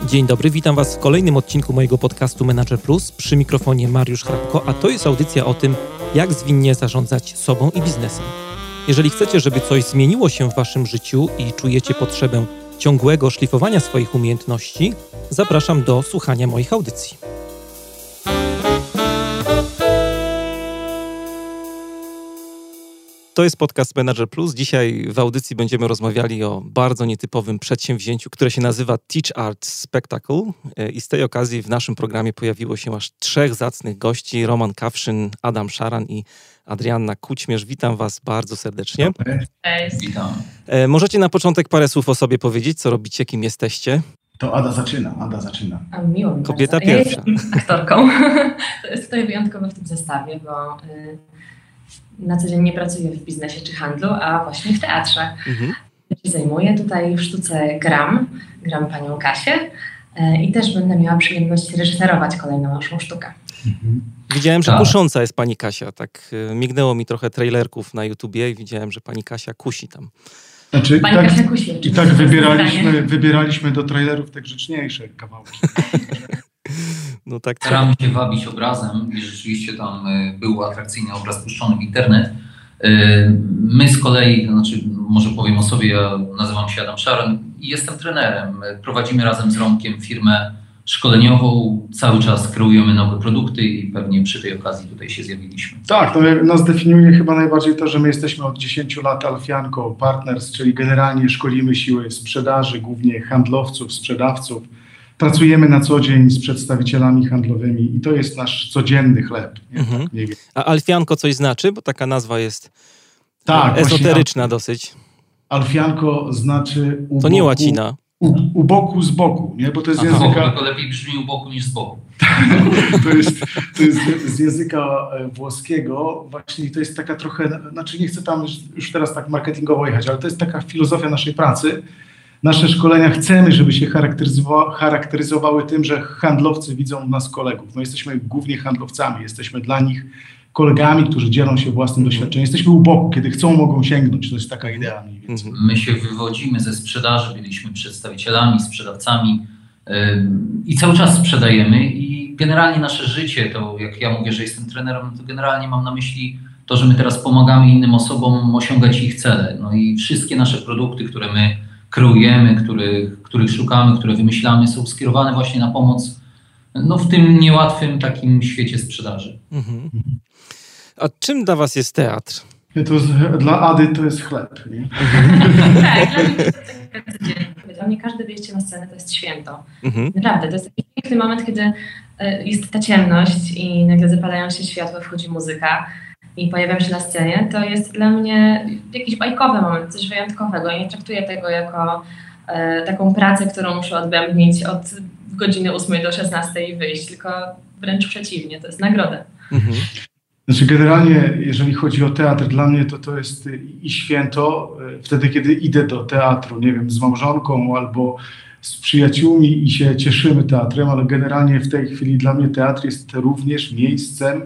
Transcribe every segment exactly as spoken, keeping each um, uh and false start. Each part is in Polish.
Dzień dobry, witam Was w kolejnym odcinku mojego podcastu Menadżer Plus. Przy mikrofonie Mariusz Hrabko, a to jest audycja o tym, jak zwinnie zarządzać sobą i biznesem. Jeżeli chcecie, żeby coś zmieniło się w Waszym życiu i czujecie potrzebę ciągłego szlifowania swoich umiejętności, zapraszam do słuchania moich audycji. To jest podcast Menadżer Plus. Dzisiaj w audycji będziemy rozmawiali o bardzo nietypowym przedsięwzięciu, które się nazywa Teach Art Spectacle. I z tej okazji w naszym programie pojawiło się aż trzech zacnych gości. Roman Kawszyn, Adam Szaran i Adrianna Kućmierz. Witam Was bardzo serdecznie. Cześć. Witam. E, możecie na początek parę słów o sobie powiedzieć, co robicie, kim jesteście? To Ada zaczyna, Ada zaczyna. A miło mi Kobieta bardzo. pierwsza. Ja jestem aktorką. To jest tutaj wyjątkowe w tym zestawie, bo y, na co dzień nie pracuję w biznesie czy handlu, a właśnie w teatrze. Mhm. Ja się zajmuję tutaj w sztuce gram, gram panią Kasię y, i też będę miała przyjemność reżyserować kolejną naszą sztukę. Mhm. Widziałem, że tak. kusząca jest pani Kasia. Tak y, mignęło mi trochę trailerków na YouTubie i widziałem, że pani Kasia kusi tam. Znaczy, Pani tak, Kasia kusi. I tak wybieraliśmy, wybieraliśmy do trailerów te grzeczniejsze kawałki. No tak. Staramy się wabić obrazem i rzeczywiście tam y, był atrakcyjny obraz puszczony w internet. Y, my z kolei, to znaczy może powiem o sobie, ja nazywam się Adam Szaran i jestem trenerem. Prowadzimy razem z Romkiem firmę szkoleniową, cały czas kreujemy nowe produkty i pewnie przy tej okazji tutaj się zjawiliśmy. Tak, no, nas definiuje chyba najbardziej to, że my jesteśmy od dziesięciu lat Alfianco Partners, czyli generalnie szkolimy siły sprzedaży, głównie handlowców, sprzedawców. Pracujemy na co dzień z przedstawicielami handlowymi i to jest nasz codzienny chleb. Nie? Mhm. Tak, nie wiem. A Alfianco coś znaczy? Bo taka nazwa jest tak, ezoteryczna dosyć. Alfianco znaczy u To boku, nie łacina. U, u boku, z boku, nie? Bo to jest z Aha, języka... tylko lepiej brzmi u boku niż z boku. To jest, to jest z języka włoskiego, właśnie to jest taka trochę, znaczy nie chcę tam już, już teraz tak marketingowo jechać, ale to jest taka filozofia naszej pracy. Nasze szkolenia chcemy, żeby się charakteryzowa- charakteryzowały tym, że handlowcy widzą w nas kolegów. No jesteśmy głównie handlowcami, jesteśmy dla nich kolegami, którzy dzielą się własnym mm. doświadczeniem. Jesteśmy u boku, kiedy chcą, mogą sięgnąć. To jest taka idea mniej więcej. My się wywodzimy ze sprzedaży, byliśmy przedstawicielami, sprzedawcami yy, i cały czas sprzedajemy i generalnie nasze życie, to jak ja mówię, że jestem trenerem, to generalnie mam na myśli to, że my teraz pomagamy innym osobom osiągać ich cele. No i wszystkie nasze produkty, które my kreujemy, których, których szukamy, które wymyślamy, są skierowane właśnie na pomoc no, w tym niełatwym takim świecie sprzedaży. Mhm. A czym dla Was jest teatr? To jest, dla Ady to jest chleb, nie? Tak, dla mnie to jest taka codzienność. Dla mnie każde wyjście na scenę to jest święto. Mhm. Naprawdę, to jest taki piękny moment, kiedy jest ta ciemność i nagle zapalają się światła, wchodzi muzyka i pojawiam się na scenie. To jest dla mnie jakiś bajkowy moment, coś wyjątkowego. Ja nie traktuję tego jako e, taką pracę, którą muszę odbębnić od godziny ósmej do szesnastej i wyjść, tylko wręcz przeciwnie, to jest nagroda. Mhm. Znaczy generalnie, jeżeli chodzi o teatr, dla mnie to to jest i święto, wtedy kiedy idę do teatru, nie wiem, z małżonką albo z przyjaciółmi i się cieszymy teatrem, ale generalnie w tej chwili dla mnie teatr jest również miejscem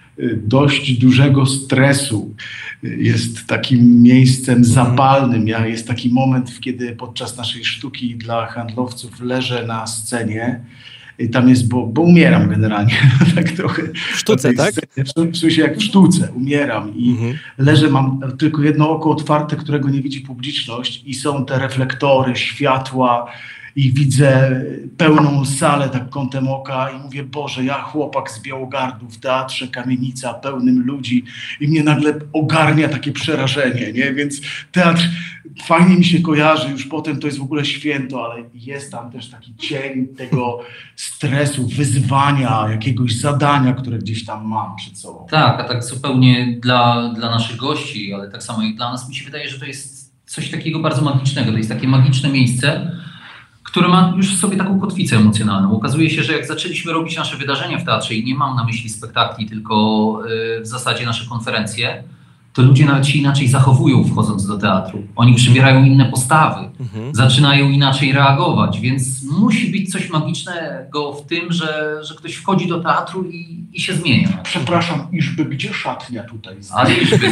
dość dużego stresu. Jest takim miejscem zapalnym. Ja, jest taki moment, kiedy podczas naszej sztuki dla handlowców leżę na scenie. I tam jest, bo, bo umieram generalnie. tak trochę. W sztuce, tak? Scenie, w sensie jak w sztuce, umieram i mhm. leżę, mam tylko jedno oko otwarte, którego nie widzi publiczność i są te reflektory, światła i widzę pełną salę tak kątem oka i mówię, Boże, ja chłopak z Białogardu w teatrze Kamienica, pełnym ludzi i mnie nagle ogarnia takie przerażenie, nie? Więc teatr fajnie mi się kojarzy, już potem to jest w ogóle święto, ale jest tam też taki cień tego stresu, wyzwania, jakiegoś zadania, które gdzieś tam mam przed sobą. Tak, a tak zupełnie dla, dla naszych gości, ale tak samo i dla nas, mi się wydaje, że to jest coś takiego bardzo magicznego, to jest takie magiczne miejsce, które ma już w sobie taką kotwicę emocjonalną. Okazuje się, że jak zaczęliśmy robić nasze wydarzenia w teatrze i nie mam na myśli spektakli, tylko w zasadzie nasze konferencje, to ludzie nawet się inaczej zachowują wchodząc do teatru. Oni przybierają inne postawy, mhm. zaczynają inaczej reagować, więc musi być coś magicznego w tym, że, że ktoś wchodzi do teatru i, i się zmienia. Przepraszam, iżby, gdzie szatnia tutaj? Ale iżby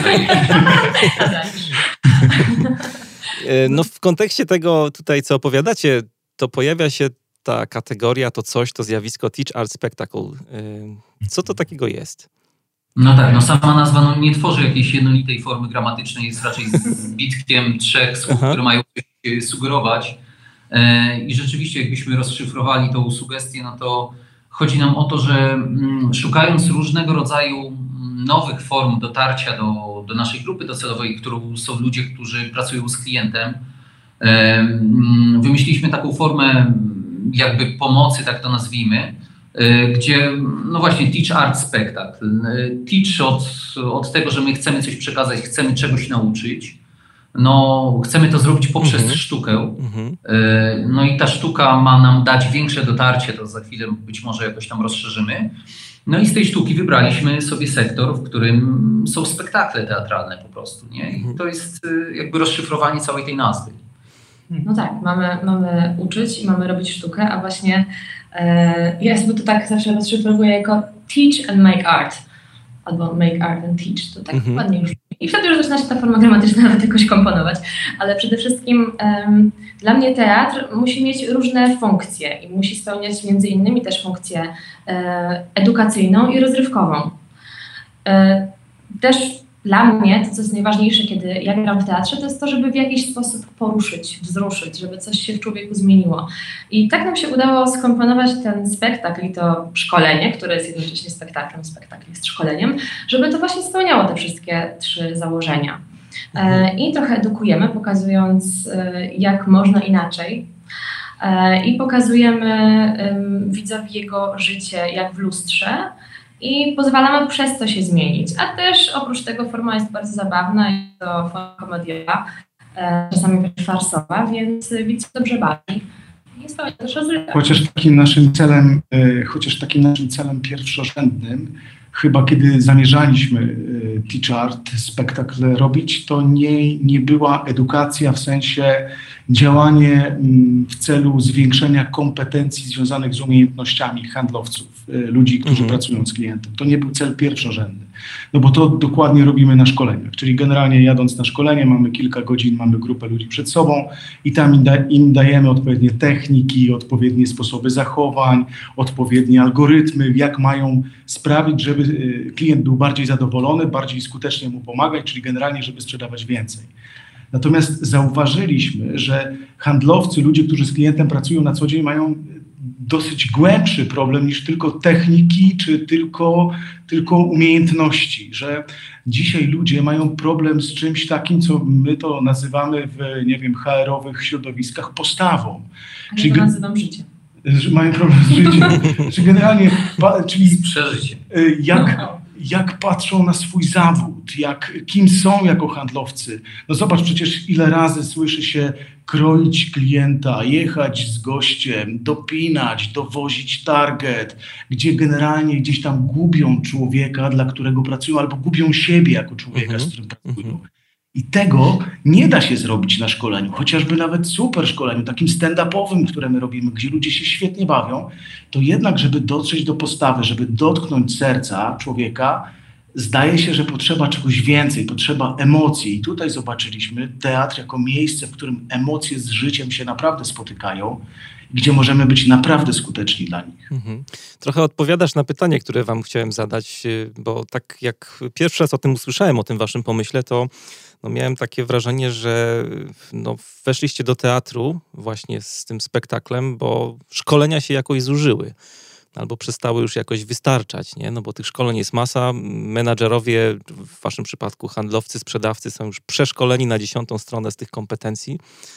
No w kontekście tego tutaj, co opowiadacie, to pojawia się ta kategoria, to coś, to zjawisko Teach Art Spectacle. Co to takiego jest? No tak, no sama nazwa no, nie tworzy jakiejś jednolitej formy gramatycznej, jest raczej zbitkiem trzech słów, Aha. które mają coś sugerować. I rzeczywiście, jakbyśmy rozszyfrowali tą sugestię, no to chodzi nam o to, że szukając różnego rodzaju nowych form dotarcia do, do naszej grupy docelowej, którą są ludzie, którzy pracują z klientem, wymyśliliśmy taką formę jakby pomocy, tak to nazwijmy, gdzie no właśnie Teach Art Spectacle. Teach od, od tego, że my chcemy coś przekazać, chcemy czegoś nauczyć. No, chcemy to zrobić poprzez mm-hmm. sztukę. Mm-hmm. No i ta sztuka ma nam dać większe dotarcie, to za chwilę być może jakoś tam rozszerzymy. No i z tej sztuki wybraliśmy sobie sektor, w którym są spektakle teatralne po prostu, nie? I to jest jakby rozszyfrowanie całej tej nazwy. No tak, mamy, mamy uczyć i mamy robić sztukę, a właśnie e, ja sobie to tak zawsze rozszyfrowuję jako teach and make art. Albo make art and teach, to tak mm-hmm. ładnie już. I wtedy już zaczyna się ta forma gramatyczna nawet jakoś komponować. Ale przede wszystkim um, dla mnie teatr musi mieć różne funkcje i musi spełniać między innymi też funkcję e, edukacyjną i rozrywkową. E, też dla mnie to, co jest najważniejsze, kiedy ja gram w teatrze, to jest to, żeby w jakiś sposób poruszyć, wzruszyć, żeby coś się w człowieku zmieniło. I tak nam się udało skomponować ten spektakl i to szkolenie, które jest jednocześnie spektaklem, spektakl jest szkoleniem, żeby to właśnie spełniało te wszystkie trzy założenia. E, I trochę edukujemy, pokazując e, jak można inaczej. E, I pokazujemy e, widzowi jego życie jak w lustrze, i pozwalamy przez to się zmienić. A też oprócz tego forma jest bardzo zabawna, jest to forma komediowa, e, czasami też farsowa, więc widz dobrze bawi. Jest to też rozrywka. Chociaż takim naszym celem, e, chociaż takim naszym celem pierwszorzędnym, chyba kiedy zamierzaliśmy e, Teach Art spektakl robić, to nie, nie była edukacja w sensie działanie m, w celu zwiększenia kompetencji związanych z umiejętnościami handlowców, e, ludzi, którzy mhm. pracują z klientem. To nie był cel pierwszorzędny, no bo to dokładnie robimy na szkoleniach, czyli generalnie jadąc na szkolenie mamy kilka godzin, mamy grupę ludzi przed sobą i tam im, da, im dajemy odpowiednie techniki, odpowiednie sposoby zachowań, odpowiednie algorytmy, jak mają sprawić, żeby klient był bardziej zadowolony, bardziej skutecznie mu pomagać, czyli generalnie, żeby sprzedawać więcej. Natomiast zauważyliśmy, że handlowcy, ludzie, którzy z klientem pracują na co dzień, mają dosyć głębszy problem niż tylko techniki, czy tylko, tylko umiejętności, że dzisiaj ludzie mają problem z czymś takim, co my to nazywamy w, nie wiem, H R-owych środowiskach postawą. Ja czyli to nazywam życie. Że mają problem z życiem. Czyli generalnie, czyli z przeżyciem. Jak, jak patrzą na swój zawód, jak, kim są jako handlowcy. No zobacz, przecież ile razy słyszy się kroić klienta, jechać z gościem, dopinać, dowozić target, gdzie generalnie gdzieś tam gubią człowieka, dla którego pracują, albo gubią siebie jako człowieka, mm-hmm. z którym pracują. I tego nie da się zrobić na szkoleniu, chociażby nawet super szkoleniu, takim stand-upowym, które my robimy, gdzie ludzie się świetnie bawią, to jednak, żeby dotrzeć do postawy, żeby dotknąć serca człowieka, zdaje się, że potrzeba czegoś więcej, potrzeba emocji. I tutaj zobaczyliśmy teatr jako miejsce, w którym emocje z życiem się naprawdę spotykają, gdzie możemy być naprawdę skuteczni dla nich. Mhm. Trochę odpowiadasz na pytanie, które wam chciałem zadać, bo tak jak pierwszy raz o tym usłyszałem, o tym waszym pomyśle, to no miałem takie wrażenie, że no weszliście do teatru właśnie z tym spektaklem, bo szkolenia się jakoś zużyły. Albo przestały już jakoś wystarczać, nie? No bo tych szkoleń jest masa, menadżerowie, w waszym przypadku handlowcy, sprzedawcy są już przeszkoleni na dziesiątą stronę z tych kompetencji.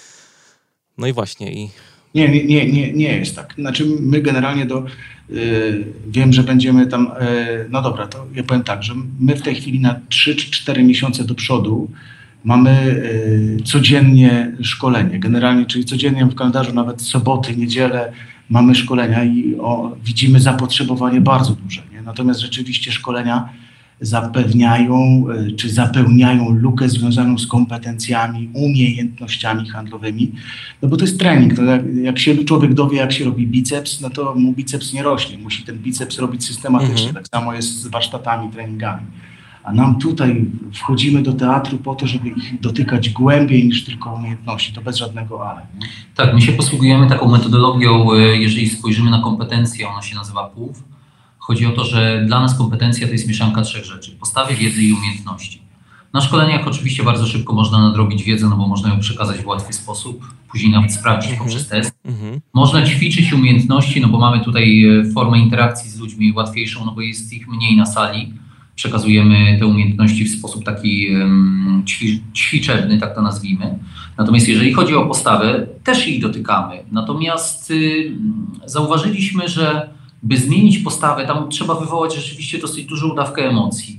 No i właśnie. I... Nie, nie, nie, nie, nie jest tak. Znaczy my generalnie do, yy, wiem, że będziemy tam, yy, no dobra, to ja powiem tak, że my w tej chwili na trzy czy cztery miesiące do przodu mamy yy, codziennie szkolenie. Generalnie, czyli codziennie w kalendarzu, nawet soboty, niedzielę, mamy szkolenia i o, widzimy zapotrzebowanie bardzo duże. Nie? Natomiast rzeczywiście szkolenia zapewniają czy zapełniają lukę związaną z kompetencjami, umiejętnościami handlowymi, no bo to jest trening. To jak, jak się człowiek dowie, jak się robi biceps, no to mu biceps nie rośnie. Musi ten biceps robić systematycznie. Mhm. Tak samo jest z warsztatami, treningami. A nam tutaj wchodzimy do teatru po to, żeby ich dotykać głębiej niż tylko umiejętności. To bez żadnego ale. Nie? Tak, my się posługujemy taką metodologią, jeżeli spojrzymy na kompetencje, ona się nazywa P U W. Chodzi o to, że dla nas kompetencja to jest mieszanka trzech rzeczy. Postawy, wiedzy i umiejętności. Na szkoleniach oczywiście bardzo szybko można nadrobić wiedzę, no bo można ją przekazać w łatwy sposób, później nawet sprawdzić mm-hmm. poprzez test. Mm-hmm. Można ćwiczyć umiejętności, no bo mamy tutaj formę interakcji z ludźmi łatwiejszą, no bo jest ich mniej na sali. Przekazujemy te umiejętności w sposób taki um, ćwiczebny, tak to nazwijmy. Natomiast jeżeli chodzi o postawę, też ich dotykamy. Natomiast y, zauważyliśmy, że by zmienić postawę, tam trzeba wywołać rzeczywiście dosyć dużą dawkę emocji.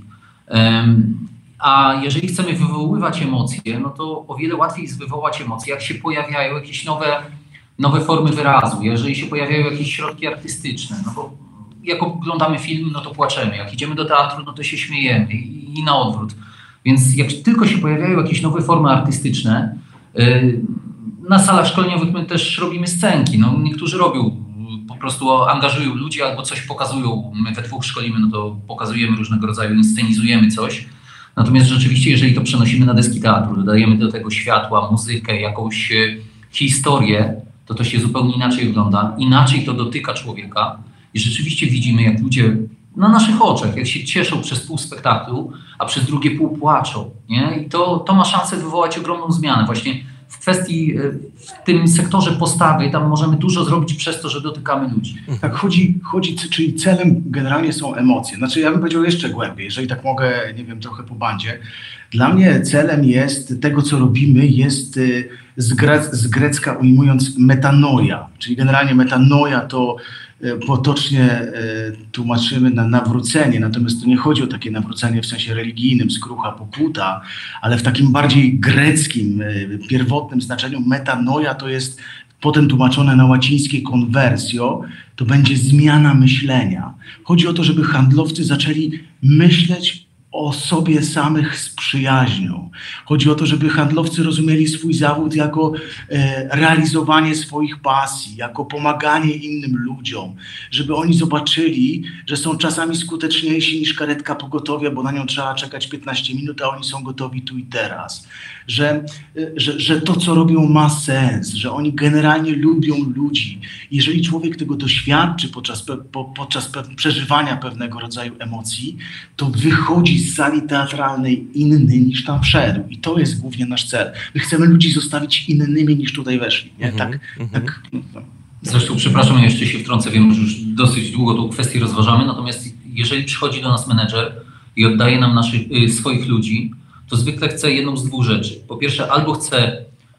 Um, a jeżeli chcemy wywoływać emocje, no to o wiele łatwiej jest wywołać emocje, jak się pojawiają jakieś nowe, nowe formy wyrazu, jeżeli się pojawiają jakieś środki artystyczne, no bo jak oglądamy film, no to płaczemy, jak idziemy do teatru, no to się śmiejemy i, i na odwrót. Więc jak tylko się pojawiają jakieś nowe formy artystyczne, yy, na salach szkoleniowych my też robimy scenki, no niektórzy robią, po prostu angażują ludzi albo coś pokazują, my we dwóch szkolimy, no to pokazujemy różnego rodzaju, inscenizujemy coś. Natomiast rzeczywiście, jeżeli to przenosimy na deski teatru, dodajemy do tego światła, muzykę, jakąś historię, to to się zupełnie inaczej wygląda, inaczej to dotyka człowieka i rzeczywiście widzimy, jak ludzie na naszych oczach, jak się cieszą przez pół spektaklu, a przez drugie pół płaczą. Nie? I to, to ma szansę wywołać ogromną zmianę. Właśnie w kwestii, w tym sektorze postawy, tam możemy dużo zrobić przez to, że dotykamy ludzi. Tak, chodzi, chodzi, czyli celem generalnie są emocje. Znaczy ja bym powiedział jeszcze głębiej, jeżeli tak mogę, nie wiem, trochę po bandzie. Dla mnie celem jest, tego co robimy, jest z, gre, z grecka ujmując metanoia, czyli generalnie metanoia to potocznie tłumaczymy na nawrócenie, natomiast tu nie chodzi o takie nawrócenie w sensie religijnym, skrucha poputa, ale w takim bardziej greckim, pierwotnym znaczeniu metanoia to jest potem tłumaczone na łacińskie conversio, to będzie zmiana myślenia. Chodzi o to, żeby handlowcy zaczęli myśleć o sobie samych z przyjaźnią. Chodzi o to, żeby handlowcy rozumieli swój zawód jako e, realizowanie swoich pasji, jako pomaganie innym ludziom, żeby oni zobaczyli, że są czasami skuteczniejsi niż karetka pogotowia, bo na nią trzeba czekać piętnaście minut, a oni są gotowi tu i teraz. Że, e, że, że to, co robią, ma sens, że oni generalnie lubią ludzi. Jeżeli człowiek tego doświadczy podczas, pe, po, podczas pe, przeżywania pewnego rodzaju emocji, to wychodzi z sali teatralnej inny niż tam wszedł. I to jest głównie nasz cel. My chcemy ludzi zostawić innymi niż tutaj weszli. Nie? Mm-hmm, tak, mm-hmm. tak. No. Zresztą, przepraszam, ja jeszcze się wtrącę, wiem, że już dosyć długo tą kwestię rozważamy, natomiast jeżeli przychodzi do nas menedżer i oddaje nam naszych, y, swoich ludzi, to zwykle chce jedną z dwóch rzeczy. Po pierwsze, albo chce,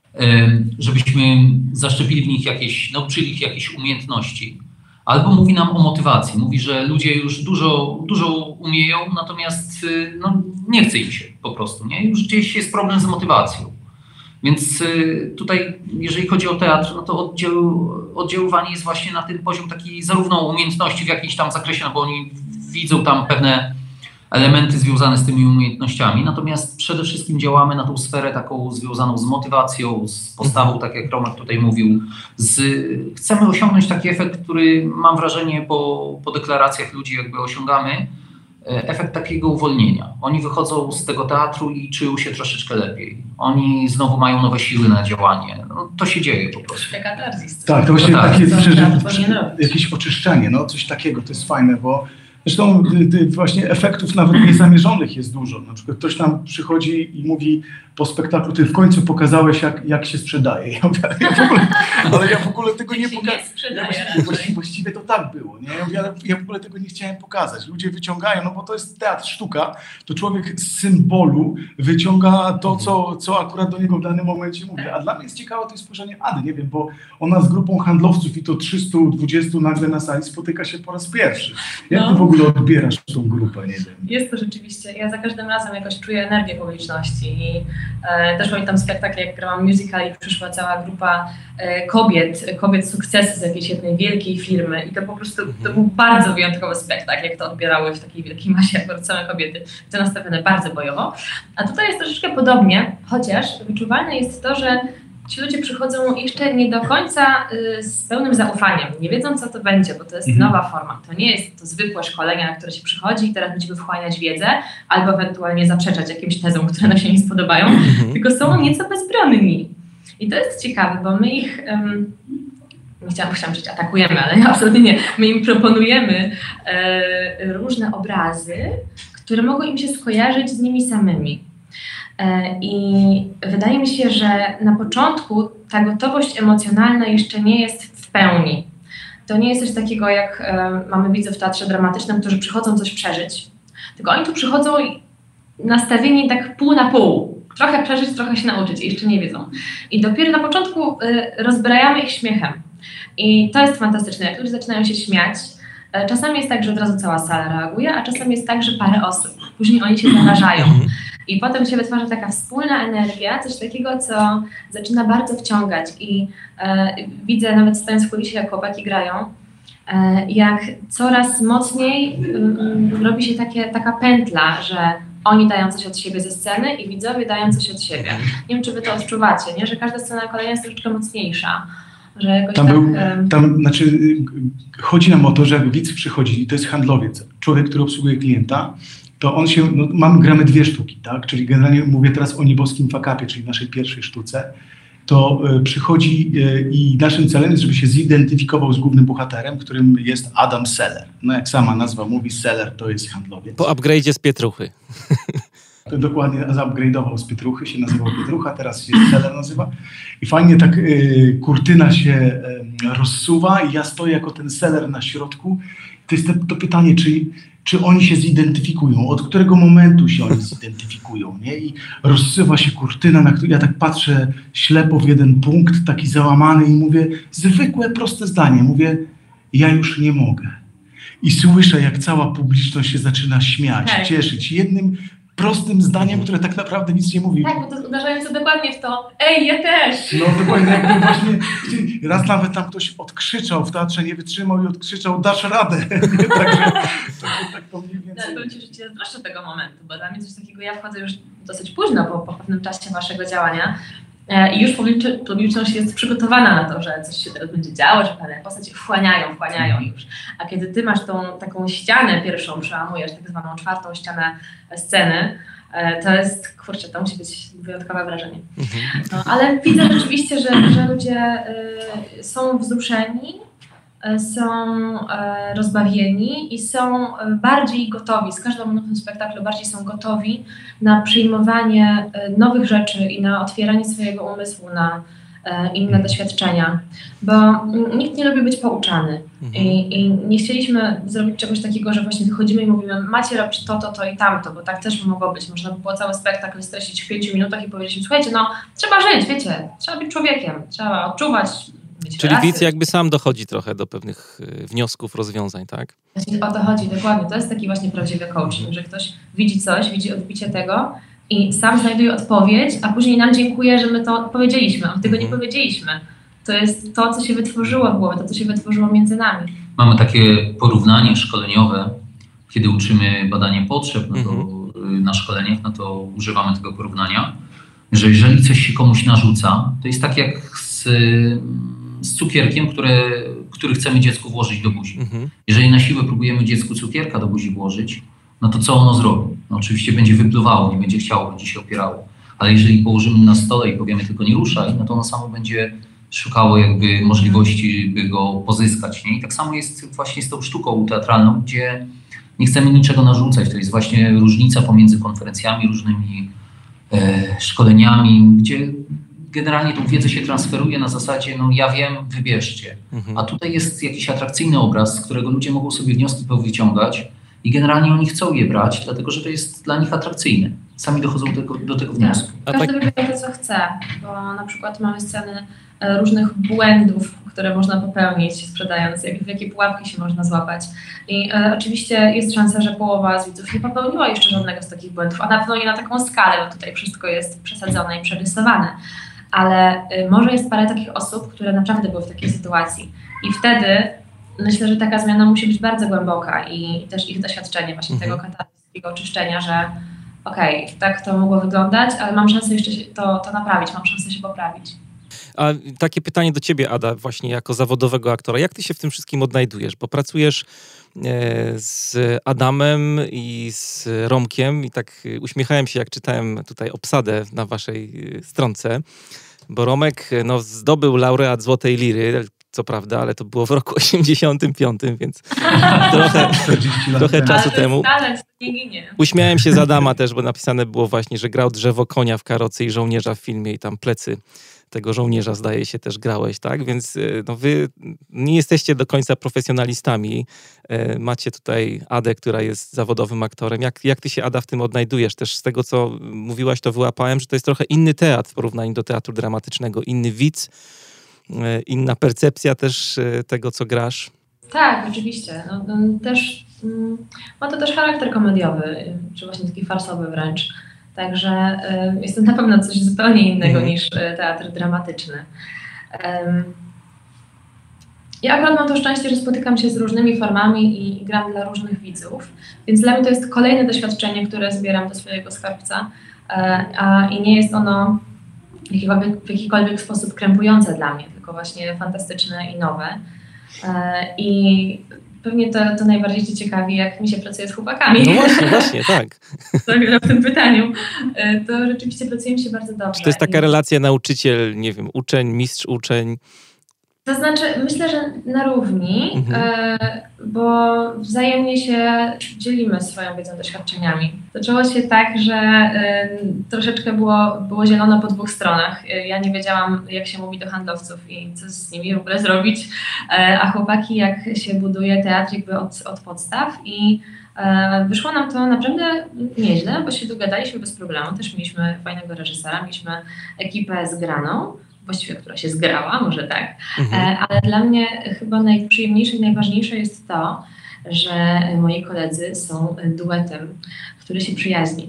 y, żebyśmy zaszczepili w nich jakieś, nauczyli ich jakieś umiejętności, albo mówi nam o motywacji. Mówi, że ludzie już dużo, dużo umieją, natomiast no, nie chce im się po prostu. Nie? Już gdzieś jest problem z motywacją. Więc tutaj, jeżeli chodzi o teatr, no to oddział, oddziaływanie jest właśnie na ten poziom taki zarówno umiejętności w jakimś tam zakresie, no bo oni widzą tam pewne elementy związane z tymi umiejętnościami, natomiast przede wszystkim działamy na tą sferę taką związaną z motywacją, z postawą, tak jak Romek tutaj mówił. Z, chcemy osiągnąć taki efekt, który mam wrażenie po, po deklaracjach ludzi jakby osiągamy, efekt takiego uwolnienia. Oni wychodzą z tego teatru i czują się troszeczkę lepiej. Oni znowu mają nowe siły na działanie. No, to się dzieje po prostu. Tak, to właśnie no tak. takie przeży- jakieś oczyszczenie, no coś takiego, to jest fajne, bo zresztą właśnie efektów nawet niezamierzonych jest dużo. Na przykład ktoś tam przychodzi i mówi po spektaklu, ty w końcu pokazałeś, jak, jak się sprzedaje. Ja mówię, ja w ogóle, ale ja w ogóle tego nie pokazałem. Ja właściwie, właściwie to tak było. Nie? Ja, mówię, ale ja w ogóle tego nie chciałem pokazać. Ludzie wyciągają, no bo to jest teatr, sztuka, to człowiek z symbolu wyciąga to, co, co akurat do niego w danym momencie mówi. A dla mnie jest ciekawe to jest spojrzenie Ady, nie wiem, bo ona z grupą handlowców i to trzysta dwadzieścia nagle na sali spotyka się po raz pierwszy. Jak no. ty w ogóle odbierasz tą grupę? Nie wiem. Jest to rzeczywiście. Ja za każdym razem jakoś czuję energię publiczności i e, też pamiętam spektakl, jak grałam musical i przyszła cała grupa e, kobiet, kobiet sukcesy z jakiejś jednej wielkiej firmy i to po prostu to był bardzo wyjątkowy spektakl, jak to odbierały w takiej wielkiej masie akurat same kobiety. To nastawione bardzo bojowo. A tutaj jest troszeczkę podobnie, chociaż wyczuwalne jest to, że ci ludzie przychodzą jeszcze nie do końca y, z pełnym zaufaniem, nie wiedzą, co to będzie, bo to jest mhm. nowa forma. To nie jest to zwykłe szkolenie, na które się przychodzi i teraz będziemy wchłaniać wiedzę albo ewentualnie zaprzeczać jakimś tezom, które nam się nie spodobają, mhm. tylko są nieco bezbronni. I to jest ciekawe, bo my ich... Um, Nie chciałam, chciałam powiedzieć atakujemy, ale absolutnie nie. My im proponujemy e, różne obrazy, które mogą im się skojarzyć z nimi samymi. E, I wydaje mi się, że na początku ta gotowość emocjonalna jeszcze nie jest w pełni. To nie jest coś takiego, jak e, mamy widzów w teatrze dramatycznym, którzy przychodzą coś przeżyć. Tylko oni tu przychodzą nastawieni tak pół na pół. Trochę przeżyć, trochę się nauczyć i jeszcze nie wiedzą. I dopiero na początku e, rozbrajamy ich śmiechem. I to jest fantastyczne, jak ludzie zaczynają się śmiać. Czasami jest tak, że od razu cała sala reaguje, a czasami jest tak, że parę osób. Później oni się zarażają. I potem się wytwarza taka wspólna energia, coś takiego, co zaczyna bardzo wciągać. I e, widzę, nawet stojąc w kulisie, jak chłopaki grają, e, jak coraz mocniej e, robi się takie, taka pętla, że oni dają coś od siebie ze sceny i widzowie dają coś od siebie. Nie wiem, czy wy to odczuwacie, nie? Że każda scena kolejna jest troszeczkę mocniejsza. Że jakoś tam tak, był, tam, znaczy, chodzi nam o to, że jak widz przychodzi i to jest handlowiec, człowiek, który obsługuje klienta, to on się, no, mamy, gramy dwie sztuki, tak? Czyli generalnie mówię teraz o Nieboskim Fakapie, czyli naszej pierwszej sztuce, to y, przychodzi y, i naszym celem jest, żeby się zidentyfikował z głównym bohaterem, którym jest Adam Seller. No jak sama nazwa mówi, Seller to jest handlowiec. Po upgrade'zie z Pietruchy. To dokładnie zupgrade'ował z Pietruchy, się nazywał Pietrucha, teraz się Seller nazywa. I fajnie tak y, kurtyna się y, rozsuwa i ja stoję jako ten Seller na środku. To jest to, to pytanie, czy, czy oni się zidentyfikują, od którego momentu się oni zidentyfikują, nie? I rozsuwa się kurtyna, na którą ja tak patrzę ślepo w jeden punkt, taki załamany i mówię, zwykłe, proste zdanie, mówię, ja już nie mogę. I słyszę, jak cała publiczność się zaczyna śmiać, tak. cieszyć jednym prostym zdaniem, które tak naprawdę nic nie mówi. Tak, bo to uderzające dokładnie w to, ej, ja też! No dokładnie, jakby właśnie, raz nawet tam ktoś odkrzyczał w teatrze, nie wytrzymał i odkrzyczał, dasz radę. Także tak, tak to mniej więcej. Ja powiem ci, że cię zazdroszczę tego momentu, bo dla mnie coś takiego, ja wchodzę już dosyć późno po, po pewnym czasie waszego działania i już publiczność jest przygotowana na to, że coś się teraz będzie działo, że pewne postacie wchłaniają, wchłaniają już. A kiedy ty masz tą taką ścianę pierwszą, przełamujesz tak zwaną czwartą ścianę sceny, to jest, kurczę, to musi być wyjątkowe wrażenie. No, ale widzę rzeczywiście, że, że ludzie y, są wzruszeni, y, są y, rozbawieni i są bardziej gotowi, z każdą nowym spektaklu bardziej są gotowi na przyjmowanie y, nowych rzeczy i na otwieranie swojego umysłu na y, inne doświadczenia, bo nikt nie lubi być pouczany. I, I nie chcieliśmy zrobić czegoś takiego, że właśnie wychodzimy i mówimy, macie robić to, to, to i tamto, bo tak też by mogło być. Można by było cały spektakl streścić w pięciu minutach i powiedzieć, słuchajcie, no trzeba żyć, wiecie, trzeba być człowiekiem, trzeba odczuwać. Czyli widz jakby sam dochodzi trochę do pewnych wniosków, rozwiązań, tak? Właśnie o to chodzi, dokładnie. To jest taki właśnie prawdziwy coaching, że ktoś widzi coś, widzi odbicie tego i sam znajduje odpowiedź, a później nam dziękuję, że my to powiedzieliśmy, a my tego nie powiedzieliśmy. To jest to, co się wytworzyło w głowie, to, co się wytworzyło między nami. Mamy takie porównanie szkoleniowe, kiedy uczymy badania potrzeb no to mhm. na szkoleniach, no to używamy tego porównania, że jeżeli coś się komuś narzuca, to jest tak jak z, z cukierkiem, które, który chcemy dziecku włożyć do buzi. Mhm. Jeżeli na siłę próbujemy dziecku cukierka do buzi włożyć, no to co ono zrobi? No oczywiście będzie wypluwało, nie będzie chciało, będzie się opierało. Ale jeżeli położymy na stole i powiemy tylko nie ruszaj, no to ono samo będzie szukało jakby możliwości, by go pozyskać. Nie? I tak samo jest właśnie z tą sztuką teatralną, gdzie nie chcemy niczego narzucać. To jest właśnie różnica pomiędzy konferencjami, różnymi e, szkoleniami, gdzie generalnie tą wiedzę się transferuje na zasadzie, no ja wiem, wybierzcie. Mhm. A tutaj jest jakiś atrakcyjny obraz, z którego ludzie mogą sobie wnioski powyciągać i generalnie oni chcą je brać, dlatego że to jest dla nich atrakcyjne. Sami dochodzą do tego, do tego wniosku. Każdy wybiera to, co chce, bo na przykład mamy sceny różnych błędów, które można popełnić sprzedając, jak, w jakie pułapki się można złapać. I e, oczywiście jest szansa, że połowa z widzów nie popełniła jeszcze żadnego z takich błędów, a na pewno nie na taką skalę, bo tutaj wszystko jest przesadzone i przerysowane. Ale e, może jest parę takich osób, które naprawdę były w takiej sytuacji. I wtedy myślę, że taka zmiana musi być bardzo głęboka i, i też ich doświadczenie właśnie mhm. tego katarzis, takiego oczyszczenia, że okej, okay, tak to mogło wyglądać, ale mam szansę jeszcze się to, to naprawić, mam szansę się poprawić. A takie pytanie do ciebie, Ada, właśnie jako zawodowego aktora. Jak ty się w tym wszystkim odnajdujesz? Bo pracujesz z Adamem i z Romkiem i tak uśmiechałem się, jak czytałem tutaj obsadę na waszej stronce, bo Romek no, zdobył laureat Złotej Liry, co prawda, ale to było w roku osiemdziesiątym piątym, więc trochę, trochę czasu temu. Talent nie ginie. Uśmiałem się z Adama też, bo napisane było właśnie, że grał drzewo konia w karocy i żołnierza w filmie i tam plecy tego żołnierza, zdaje się, też grałeś, tak? Więc no, wy nie jesteście do końca profesjonalistami. Macie tutaj Adę, która jest zawodowym aktorem. Jak, jak ty się, Ada, w tym odnajdujesz? Też z tego, co mówiłaś, to wyłapałem, że to jest trochę inny teatr w porównaniu do teatru dramatycznego. Inny widz, inna percepcja też tego, co grasz. Tak, oczywiście. No, no, też, mm, ma to też charakter komediowy, czy właśnie taki farsowy wręcz. Także y, jest to na pewno coś zupełnie innego mm. niż y, teatr dramatyczny. Um, ja akurat mam to szczęście, że spotykam się z różnymi formami i, i gram dla różnych widzów, więc dla mnie to jest kolejne doświadczenie, które zbieram do swojego skarbca, y, a, i nie jest ono w jakikolwiek, w jakikolwiek sposób krępujące dla mnie, tylko właśnie fantastyczne i nowe. Y, I pewnie to, to najbardziej cię ciekawi, jak mi się pracuje z chłopakami. No właśnie, właśnie, tak. Tak, w tym pytaniu. To rzeczywiście pracuje mi się bardzo dobrze. Czy to jest taka relacja nauczyciel, nie wiem, uczeń, mistrz, uczeń? To znaczy, myślę, że na równi, mhm. bo wzajemnie się dzielimy swoją wiedzą, doświadczeniami. Zaczęło się tak, że troszeczkę było, było zielono po dwóch stronach. Ja nie wiedziałam, jak się mówi do handlowców i co z nimi w ogóle zrobić, a chłopaki, jak się buduje teatr jakby od, od podstaw i wyszło nam to naprawdę nieźle, bo się dogadaliśmy bez problemu. Też mieliśmy fajnego reżysera, mieliśmy ekipę zgraną, właściwie, która się zgrała, może tak, mhm. ale dla mnie chyba najprzyjemniejsze i najważniejsze jest to, że moi koledzy są duetem, który się przyjaźni.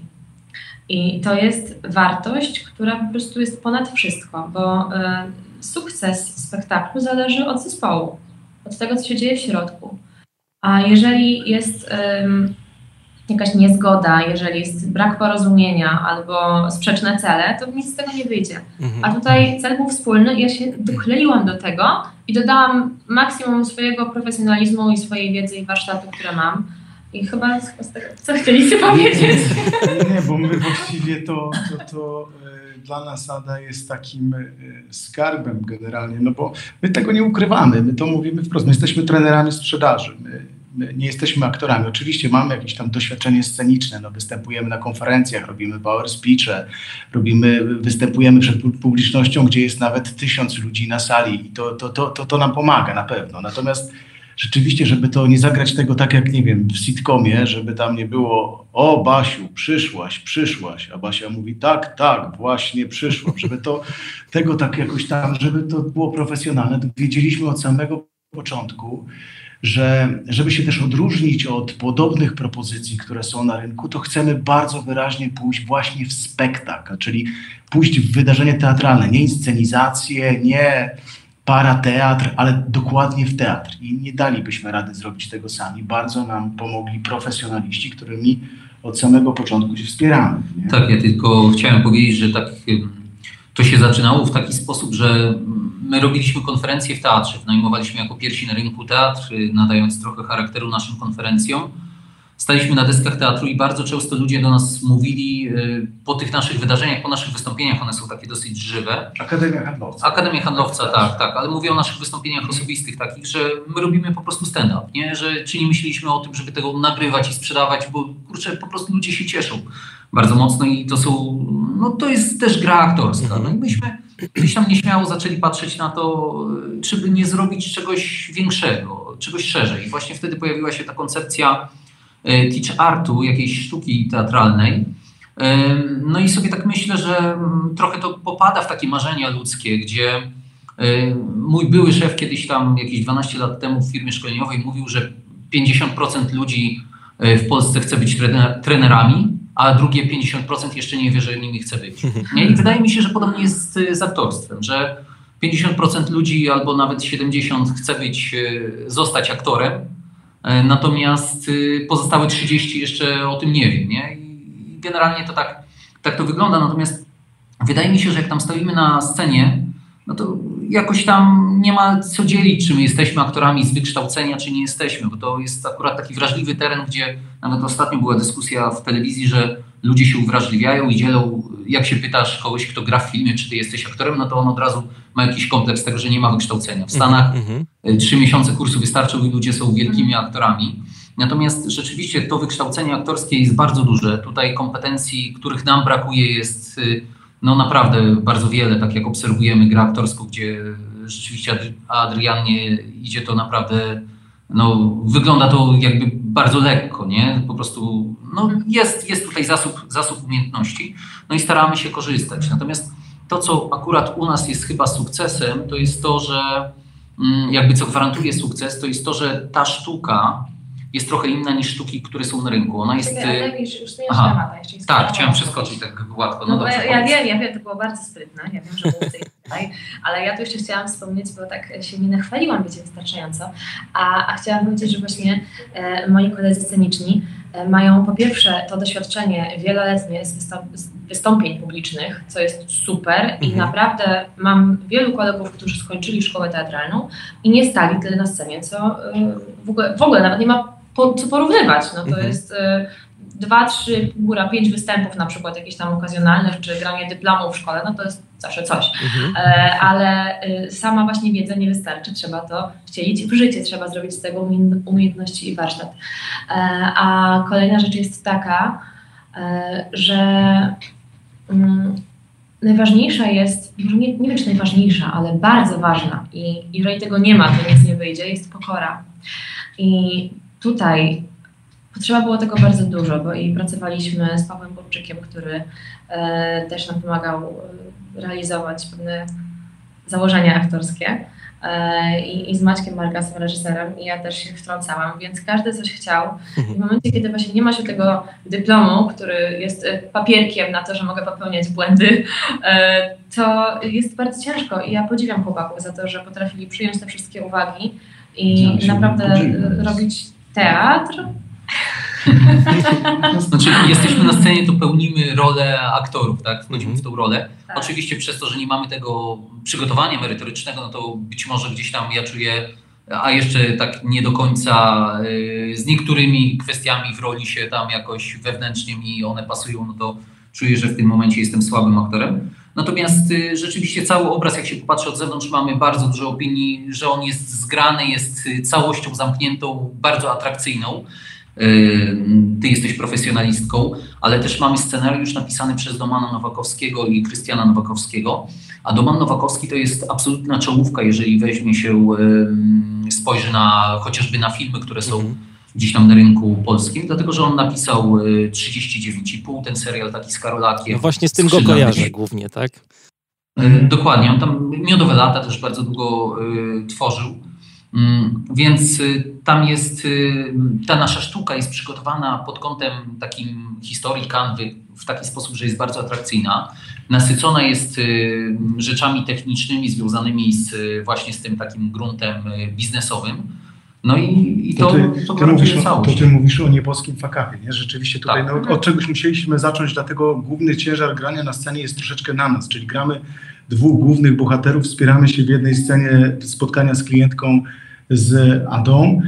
I to jest wartość, która po prostu jest ponad wszystko, bo y, sukces spektaklu zależy od zespołu, od tego, co się dzieje w środku. A jeżeli jest y, jakaś niezgoda, jeżeli jest brak porozumienia albo sprzeczne cele, to nic z tego nie wyjdzie. Mhm. A tutaj cel był wspólny i ja się dokleiłam do tego i dodałam maksimum swojego profesjonalizmu i swojej wiedzy i warsztatu, które mam. I chyba z tego, co chcieliście powiedzieć? Nie, nie, bo my właściwie to, to, to y, dla nas Ada jest takim y, skarbem generalnie, no bo my tego nie ukrywamy, my to mówimy wprost, my jesteśmy trenerami sprzedaży, my, my nie jesteśmy aktorami. Oczywiście mamy jakieś tam doświadczenie sceniczne, no występujemy na konferencjach, robimy power speeche, robimy, występujemy przed publicznością, gdzie jest nawet tysiąc ludzi na sali i to, to, to, to, to nam pomaga na pewno. Natomiast rzeczywiście, żeby to nie zagrać tego tak jak, nie wiem, w sitcomie, żeby tam nie było: o Basiu, przyszłaś, przyszłaś, a Basia mówi: tak, tak, właśnie przyszłam, żeby to tego tak jakoś tam, żeby to było profesjonalne, to wiedzieliśmy od samego początku, że żeby się też odróżnić od podobnych propozycji, które są na rynku, to chcemy bardzo wyraźnie pójść właśnie w spektakl, czyli pójść w wydarzenie teatralne, nie inscenizację, nie parateatr, ale dokładnie w teatr. I nie dalibyśmy rady zrobić tego sami. Bardzo nam pomogli profesjonaliści, którymi od samego początku się wspieramy. Nie? Tak, ja tylko chciałem powiedzieć, że tak to się zaczynało w taki sposób, że my robiliśmy konferencje w teatrze. Wynajmowaliśmy jako pierwsi na rynku teatr, nadając trochę charakteru naszym konferencjom. Staliśmy na deskach teatru i bardzo często ludzie do nas mówili po tych naszych wydarzeniach, po naszych wystąpieniach, one są takie dosyć żywe. Akademia Handlowca. Akademia Handlowca, tak, tak, ale mówię o naszych wystąpieniach osobistych takich, że my robimy po prostu stand-up, nie? Że czy nie myśleliśmy o tym, żeby tego nagrywać i sprzedawać, bo kurczę, po prostu ludzie się cieszą bardzo mocno i to są, no to jest też gra aktorska. No i myśmy gdzieś tam nieśmiało zaczęli patrzeć na to, czy by nie zrobić czegoś większego, czegoś szerzej. I właśnie wtedy pojawiła się ta koncepcja teach artu, jakiejś sztuki teatralnej. No i sobie tak myślę, że trochę to popada w takie marzenia ludzkie, gdzie mój były szef kiedyś tam jakieś dwanaście lat temu w firmie szkoleniowej mówił, że pięćdziesiąt procent ludzi w Polsce chce być trenerami, a drugie pięćdziesiąt procent jeszcze nie wie, że nimi chce być. I wydaje mi się, że podobnie jest z aktorstwem, że pięćdziesiąt procent ludzi albo nawet siedemdziesiąt procent chce być, zostać aktorem, natomiast pozostałe trzydzieści jeszcze o tym nie wie, nie? I generalnie to tak, tak to wygląda, natomiast wydaje mi się, że jak tam stoimy na scenie no to jakoś tam nie ma co dzielić, czy my jesteśmy aktorami z wykształcenia, czy nie jesteśmy, bo to jest akurat taki wrażliwy teren, gdzie nawet ostatnio była dyskusja w telewizji, że ludzie się uwrażliwiają i dzielą, jak się pytasz kogoś, kto gra w filmie, czy ty jesteś aktorem, no to on od razu ma jakiś kompleks tego, że nie ma wykształcenia. W Stanach mm-hmm. trzy miesiące kursu wystarczą i ludzie są wielkimi aktorami. Natomiast rzeczywiście to wykształcenie aktorskie jest bardzo duże. Tutaj kompetencji, których nam brakuje, jest no naprawdę bardzo wiele, tak jak obserwujemy grę aktorską, gdzie rzeczywiście Adrianie idzie to naprawdę, no wygląda to jakby bardzo lekko, nie? Po prostu no, jest, jest tutaj zasób, zasób umiejętności, no i staramy się korzystać. Natomiast to, co akurat u nas jest chyba sukcesem, to jest to, że jakby co gwarantuje sukces, to jest to, że ta sztuka jest trochę inna niż sztuki, które są na rynku. Ona jest... Ja, już, już nie temat, jeszcze jest tak, chciałem przeskoczyć tak łatwo. No, no dobrze, ja, ja wiem, ja wiem, to było bardzo sprytne, ja wiem, że było tutaj, ale ja tu jeszcze chciałam wspomnieć, bo tak się nie nachwaliłam, wiecie, wystarczająco, a, a chciałam powiedzieć, że właśnie e, moi koledzy sceniczni e, mają po pierwsze to doświadczenie wieloletnie z, wystąp z wystąpień publicznych, co jest super mhm. i naprawdę mam wielu kolegów, którzy skończyli szkołę teatralną i nie stali tyle na scenie, co e, w, ogóle, w ogóle nawet nie ma po, co porównywać. No to mhm. jest e, dwa, trzy, góra, pięć występów na przykład jakichś tam okazjonalnych, czy granie dyplomu w szkole, no to jest zawsze coś. Mhm. E, ale e, sama właśnie wiedza nie wystarczy, trzeba to wcielić w życie, trzeba zrobić z tego umiejętności i warsztat. E, a kolejna rzecz jest taka, e, że mm, najważniejsza jest, nie, nie wiem czy najważniejsza, ale bardzo ważna i jeżeli tego nie ma, to nic nie wyjdzie, jest pokora. I tutaj potrzeba było tego bardzo dużo, bo i pracowaliśmy z Pawłem Burczykiem, który e, też nam pomagał realizować pewne założenia aktorskie e, i, i z Maćkiem Margasem, reżyserem, i ja też się wtrącałam, więc każdy coś chciał. I w momencie, kiedy właśnie nie ma się tego dyplomu, który jest papierkiem na to, że mogę popełniać błędy, e, to jest bardzo ciężko i ja podziwiam chłopaków za to, że potrafili przyjąć te wszystkie uwagi i ja naprawdę robić teatr. Znaczy, jesteśmy na scenie, to pełnimy rolę aktorów, tak? Wchodzimy mm-hmm. w tą rolę. Tak. Oczywiście przez to, że nie mamy tego przygotowania merytorycznego, no to być może gdzieś tam ja czuję, a jeszcze tak nie do końca yy, z niektórymi kwestiami w roli się tam jakoś wewnętrznie mi one pasują, no to czuję, że w tym momencie jestem słabym aktorem. Natomiast y, rzeczywiście cały obraz, jak się popatrzy od zewnątrz, mamy bardzo dużo opinii, że on jest zgrany, jest całością zamkniętą, bardzo atrakcyjną. Y, ty jesteś profesjonalistką, ale też mamy scenariusz napisany przez Domana Nowakowskiego i Krystiana Nowakowskiego. A Doman Nowakowski to jest absolutna czołówka, jeżeli weźmie się, y, spojrzy na chociażby na filmy, które są mm-hmm. gdzieś tam na rynku polskim, dlatego że on napisał trzydzieści dziewięć i pół, ten serial taki z Karolakiem. No właśnie z tym go kojarzę głównie, tak? Dokładnie, on tam Miodowe lata też bardzo długo y, tworzył, y, więc y, tam jest, y, ta nasza sztuka jest przygotowana pod kątem takim historii kanwy w taki sposób, że jest bardzo atrakcyjna, nasycona jest y, rzeczami technicznymi związanymi z, y, właśnie z tym takim gruntem y, biznesowym. No i, i to, to, ty, to, ty mówisz o, to ty mówisz o nieboskim fakapie, nie? Rzeczywiście tutaj tak. no, od czegoś musieliśmy zacząć, dlatego główny ciężar grania na scenie jest troszeczkę na nas, czyli gramy dwóch głównych bohaterów, wspieramy się w jednej scenie spotkania z klientką z Adą.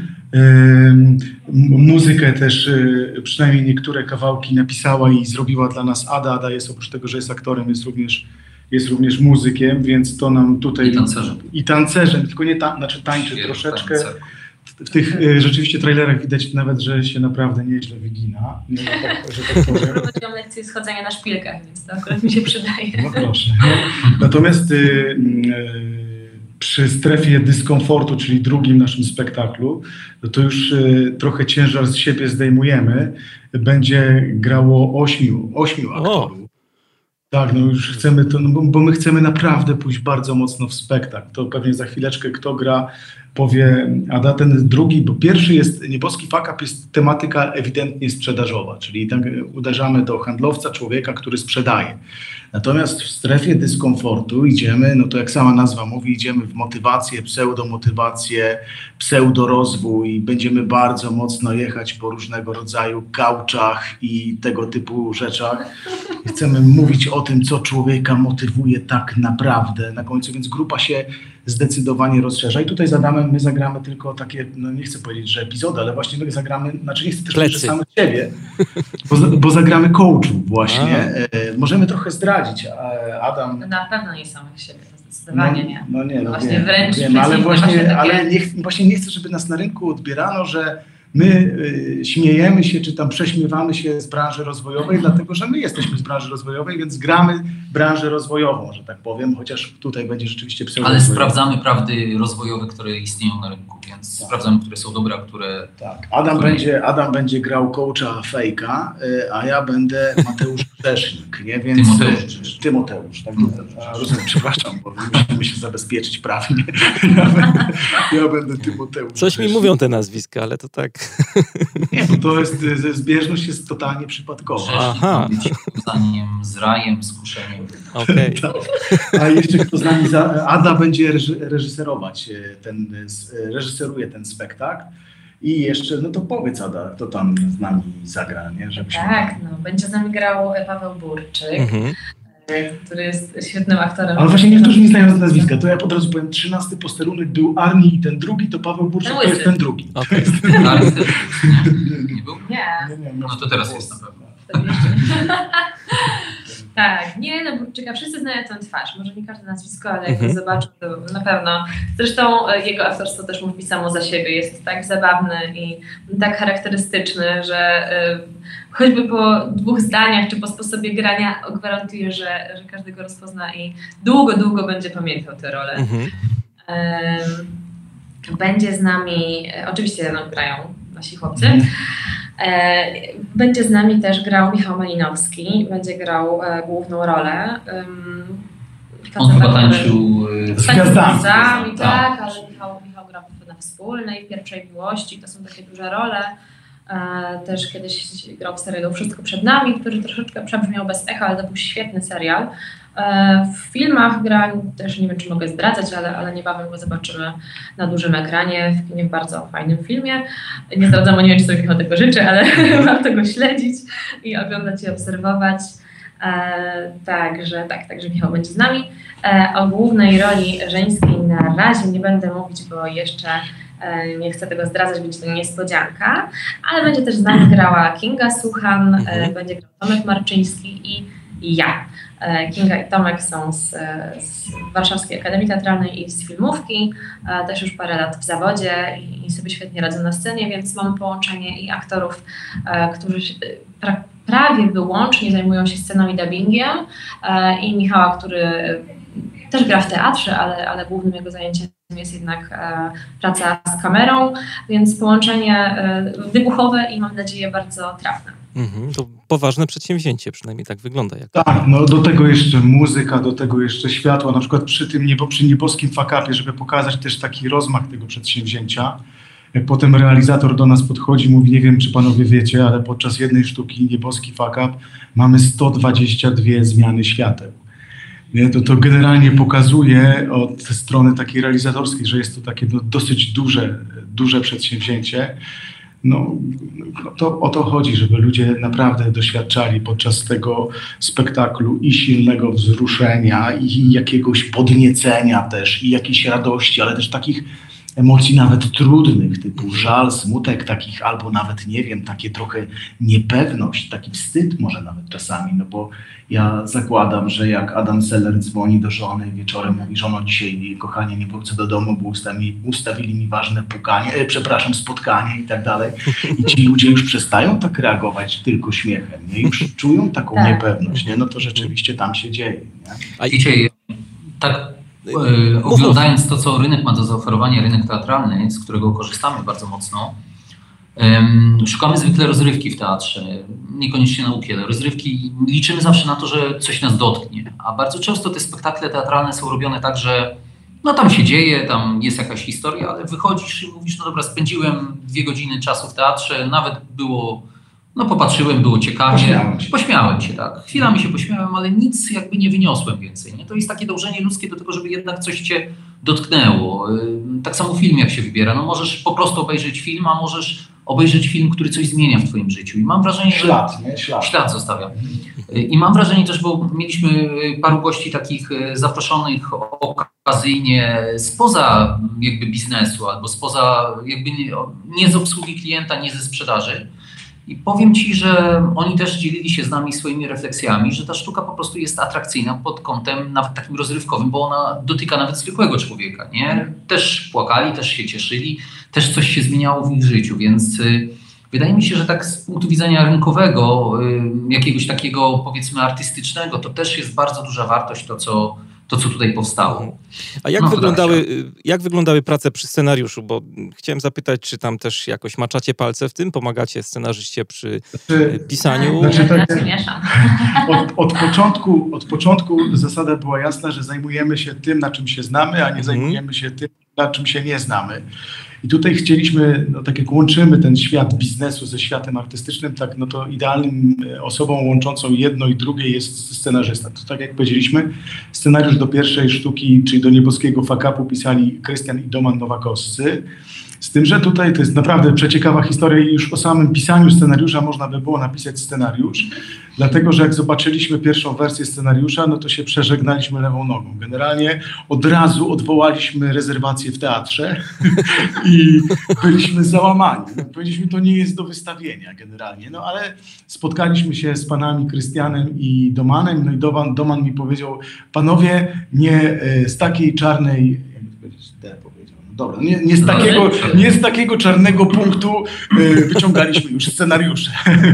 Yy, muzykę też, yy, przynajmniej niektóre kawałki napisała i zrobiła dla nas Ada. Ada jest oprócz tego, że jest aktorem, jest również jest również muzykiem, więc to nam tutaj... I tancerzem. I tancerzem, tylko nie ta, znaczy tańczy Świetnie, troszeczkę. Tancer. W tych y, rzeczywiście trailerach widać nawet, że się naprawdę nieźle wygina. Nie, tak, że tak powiem. Prowadziłam lekcję schodzenia na szpilkach, więc to akurat mi się przydaje. No proszę. Natomiast y, y, przy strefie dyskomfortu, czyli drugim naszym spektaklu, no to już y, trochę ciężar z siebie zdejmujemy. Będzie grało ośmiu, ośmiu aktorów. O. Tak, no już chcemy to, no bo, bo my chcemy naprawdę pójść bardzo mocno w spektakl. To pewnie za chwileczkę kto gra powie Ada, ten drugi, bo pierwszy jest, nieboski fuck up jest tematyka ewidentnie sprzedażowa, czyli tak uderzamy do handlowca, człowieka, który sprzedaje. Natomiast w strefie dyskomfortu idziemy, no to jak sama nazwa mówi, idziemy w motywację, pseudomotywację, pseudorozwój, będziemy bardzo mocno jechać po różnego rodzaju gauczach i tego typu rzeczach. Chcemy mówić o tym, co człowieka motywuje tak naprawdę na końcu, więc grupa się zdecydowanie rozszerza. I tutaj z Adamem my zagramy tylko takie, no nie chcę powiedzieć, że epizody, ale właśnie my zagramy, znaczy nie chcę też powiedzieć, że samych siebie, bo, bo zagramy coachów właśnie. E, możemy trochę zdradzić. Adam... No na pewno nie samych siebie, to zdecydowanie no, nie. No nie, no właśnie wiem, wręcz wiem, ale właśnie, takie... ale nie, właśnie nie chcę, żeby nas na rynku odbierano, że my y, śmiejemy się, czy tam prześmiewamy się z branży rozwojowej, dlatego że my jesteśmy z branży rozwojowej, więc gramy branżę rozwojową, że tak powiem, chociaż tutaj będzie rzeczywiście pseudo. Ale sprawdzamy prawdy rozwojowe, które istnieją na rynku, więc tak. sprawdzamy, które są dobre, a które... Tak, Adam, które... będzie, Adam będzie grał coacha fejka, y, a ja będę Mateusz Przesznik, nie? Więc Tymoteusz. Tymoteusz, tak? A, rozumiem, przepraszam, bo musimy się zabezpieczyć prawnie. Ja będę, ja będę Tymoteusz. Coś Przesznik. Mi mówią te nazwiska, ale to tak... Nie, bo to jest, zbieżność jest totalnie przypadkowa. Aha. Powiązaniem z rajem, z kuszeniem. Okay. Tak. A jeszcze kto z nami, za, Ada będzie reżyserować ten, reżyseruje ten spektakl. I jeszcze, no to powiedz Ada, kto tam z nami zagra, nie? Żebyśmy tak, tam... no, będzie z nami grał Paweł Burczyk. Mhm. Który jest świetnym aktorem. Ale właśnie niektórzy nie znają z nazwiska, to ja od razu powiem, trzynasty posterunek był Arni i ten drugi, to Paweł Burczyk to jest ten drugi. Okay. Arni ten nie, nie był? Nie. nie, nie no, no to teraz jest na pewno. Tak, nie, no Burczyka, wszyscy znają tę twarz, może nie każde nazwisko, ale jak go zobaczą, to na pewno. Zresztą jego aktorstwo też mówi samo za siebie, jest tak zabawny i tak charakterystyczny, że y, choćby po dwóch zdaniach czy po sposobie grania gwarantuję, że, że każdy go rozpozna i długo, długo będzie pamiętał tę rolę. Mhm. Y, będzie z nami, oczywiście no, grają nasi chłopcy, mhm. Będzie z nami też grał Michał Malinowski, będzie grał e, główną rolę. Um, On chyba tańczył z gwiazdami. Tak, tak, ale Michał, Michał grał na Wspólnej, w Pierwszej Miłości, to są takie duże role. E, też kiedyś grał w serialu Wszystko przed nami, który troszeczkę przebrzmiał bez echa, ale to był świetny serial. E, w filmach gra, też nie wiem, czy mogę zdradzać, ale, ale niebawem go zobaczymy na dużym ekranie, w, w bardzo fajnym filmie. Nie zdradzam, bo nie wiem, czy sobie Michał tego życzy, ale warto go śledzić i oglądać i obserwować. E, także tak, także Michał będzie z nami. E, o głównej roli żeńskiej na razie nie będę mówić, bo jeszcze nie chcę tego zdradzać, będzie to niespodzianka, ale będzie też z nami grała Kinga Suchan, mhm. będzie grał Tomek Marczyński i, i ja. Kinga i Tomek są z, z Warszawskiej Akademii Teatralnej i z filmówki, też już parę lat w zawodzie i, i sobie świetnie radzą na scenie, więc mamy połączenie i aktorów, którzy pra, prawie wyłącznie zajmują się sceną i dubbingiem, i Michała, który też gra w teatrze, ale, ale głównym jego zajęciem jest jednak e, praca z kamerą, więc połączenie e, wybuchowe i mam nadzieję bardzo trafne. Mhm, to poważne przedsięwzięcie, przynajmniej tak wygląda. Jak... Tak, no do tego jeszcze muzyka, do tego jeszcze światła, na przykład przy tym niebo, przy nieboskim fuck upie, żeby pokazać też taki rozmach tego przedsięwzięcia. Jak potem realizator do nas podchodzi, mówi, nie wiem, czy panowie wiecie, ale podczas jednej sztuki nieboski fuck up mamy sto dwadzieścia dwie zmiany świateł. Nie, to, to generalnie pokazuje od strony takiej realizatorskiej, że jest to takie no, dosyć duże, duże przedsięwzięcie. No, to, o to chodzi, żeby ludzie naprawdę doświadczali podczas tego spektaklu i silnego wzruszenia, i jakiegoś podniecenia też, i jakiejś radości, ale też takich emocji nawet trudnych, typu żal, smutek, takich albo nawet, nie wiem, takie trochę niepewność, taki wstyd może nawet czasami, no bo ja zakładam, że jak Adam Seller dzwoni do żony wieczorem, mówi, żono, dzisiaj, kochanie, nie wrócę do domu, bo ustawili, ustawili mi ważne pukanie, e, przepraszam, spotkanie i tak dalej. I ci ludzie już przestają tak reagować tylko śmiechem, nie? Już czują taką tak. niepewność, nie? No to rzeczywiście tam się dzieje. Nie? A dzisiaj tak Yy, oglądając to, co rynek ma do zaoferowania, rynek teatralny, z którego korzystamy bardzo mocno, yy, szukamy zwykle rozrywki w teatrze, niekoniecznie nauki, ale rozrywki. Liczymy zawsze na to, że coś nas dotknie, a bardzo często te spektakle teatralne są robione tak, że no tam się dzieje, tam jest jakaś historia, ale wychodzisz i mówisz, no dobra, spędziłem dwie godziny czasu w teatrze, nawet było, no popatrzyłem, było ciekawie. Pośmiałem się. Pośmiałem się, tak. Chwilami się pośmiałem, ale nic jakby nie wyniosłem więcej. Nie? To jest takie dążenie ludzkie do tego, żeby jednak coś cię dotknęło. Tak samo film jak się wybiera. No możesz po prostu obejrzeć film, a możesz obejrzeć film, który coś zmienia w twoim życiu. I mam wrażenie, Ślad, że... nie? Ślad. Ślad zostawia. I mam wrażenie też, bo mieliśmy paru gości takich zaproszonych okazyjnie spoza jakby biznesu albo spoza jakby nie, nie z obsługi klienta, nie ze sprzedaży. I powiem Ci, że oni też dzielili się z nami swoimi refleksjami, że ta sztuka po prostu jest atrakcyjna pod kątem nawet takim rozrywkowym, bo ona dotyka nawet zwykłego człowieka, nie? Też płakali, też się cieszyli, też coś się zmieniało w ich życiu, więc y, wydaje mi się, że tak z punktu widzenia rynkowego, y, jakiegoś takiego powiedzmy artystycznego, to też jest bardzo duża wartość to, co to, co tutaj powstało. A jak, no, wyglądały, jak wyglądały prace przy scenariuszu? Bo chciałem zapytać, czy tam też jakoś maczacie palce w tym? Pomagacie scenarzyście przy znaczy, pisaniu? Znaczy, tak, od, od, początku, od początku zasada była jasna, że zajmujemy się tym, na czym się znamy, a nie mhm. zajmujemy się tym, na czym się nie znamy. I tutaj chcieliśmy, no tak jak łączymy ten świat biznesu ze światem artystycznym, tak no to idealnym osobą łączącą jedno i drugie jest scenarzysta. To tak jak powiedzieliśmy, scenariusz do pierwszej sztuki, czyli do Nieboskiego Fakapu pisali Krystian i Doman Nowakowscy. Z tym, że tutaj to jest naprawdę przeciekawa historia i już o samym pisaniu scenariusza można by było napisać scenariusz, dlatego, że jak zobaczyliśmy pierwszą wersję scenariusza, no to się przeżegnaliśmy lewą nogą. Generalnie od razu odwołaliśmy rezerwację w teatrze i byliśmy załamani. No, powiedzieliśmy, to nie jest do wystawienia generalnie, no ale spotkaliśmy się z panami Krystianem i Domanem, no i Doman, Doman mi powiedział, panowie, nie z takiej czarnej, jak powiedzieć, Dobra, nie, nie, z takiego, nie z takiego czarnego punktu y, wyciągaliśmy już scenariusze.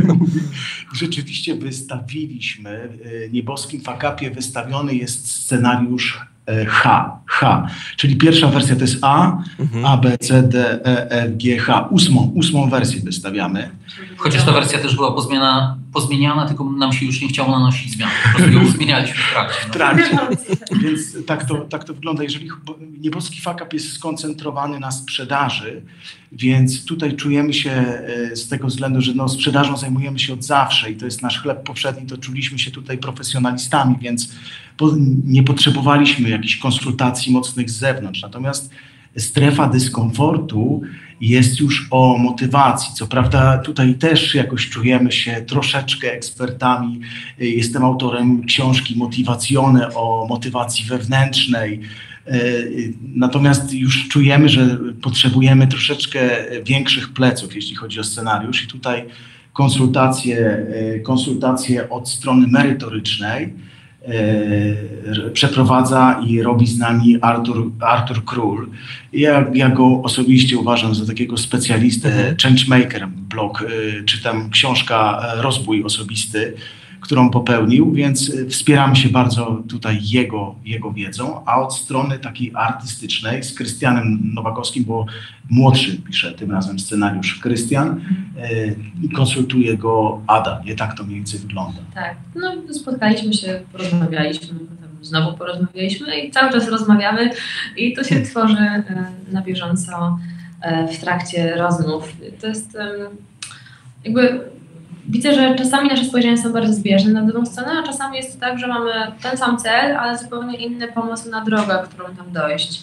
Rzeczywiście wystawiliśmy, y, Nieboskim Fakapie wystawiony jest scenariusz y, H, H, czyli pierwsza wersja to jest A, mhm. A, B, C, D, E, F, G, H, ósmą, ósmą wersję wystawiamy. Chociaż ta wersja też była pozmiana, pozmieniana, tylko nam się już nie chciało nanosić zmian. Po prostu ją zmienialiśmy w trakcie. No. W trakcie. Więc tak to, tak to wygląda. Jeżeli Nieboski Fakap jest skoncentrowany na sprzedaży, więc tutaj czujemy się z tego względu, że no, sprzedażą zajmujemy się od zawsze i to jest nasz chleb powszedni, to czuliśmy się tutaj profesjonalistami, więc po, nie potrzebowaliśmy jakichś konsultacji mocnych z zewnątrz. Natomiast strefa dyskomfortu jest już o motywacji. Co prawda tutaj też jakoś czujemy się troszeczkę ekspertami. Jestem autorem książki Motivatione o motywacji wewnętrznej. Natomiast już czujemy, że potrzebujemy troszeczkę większych pleców, jeśli chodzi o scenariusz i tutaj konsultacje, konsultacje od strony merytorycznej przeprowadza i robi z nami Artur, Artur Król. Ja, ja go osobiście uważam za takiego specjalistę, changemaker blog, czytam książka Rozbój Osobisty, którą popełnił, więc wspieramy się bardzo tutaj jego, jego wiedzą, a od strony takiej artystycznej z Krystianem Nowakowskim, bo młodszy pisze tym razem scenariusz Krystian, konsultuje go Ada, nie tak to mniej więcej wygląda. Tak, no spotkaliśmy się, porozmawialiśmy, potem znowu porozmawialiśmy i cały czas rozmawiamy i to się tworzy na bieżąco w trakcie rozmów. To jest jakby... Widzę, że czasami nasze spojrzenia są bardzo zbieżne na daną scenę, a czasami jest tak, że mamy ten sam cel, ale zupełnie inny pomysł na drogę, którą tam dojść.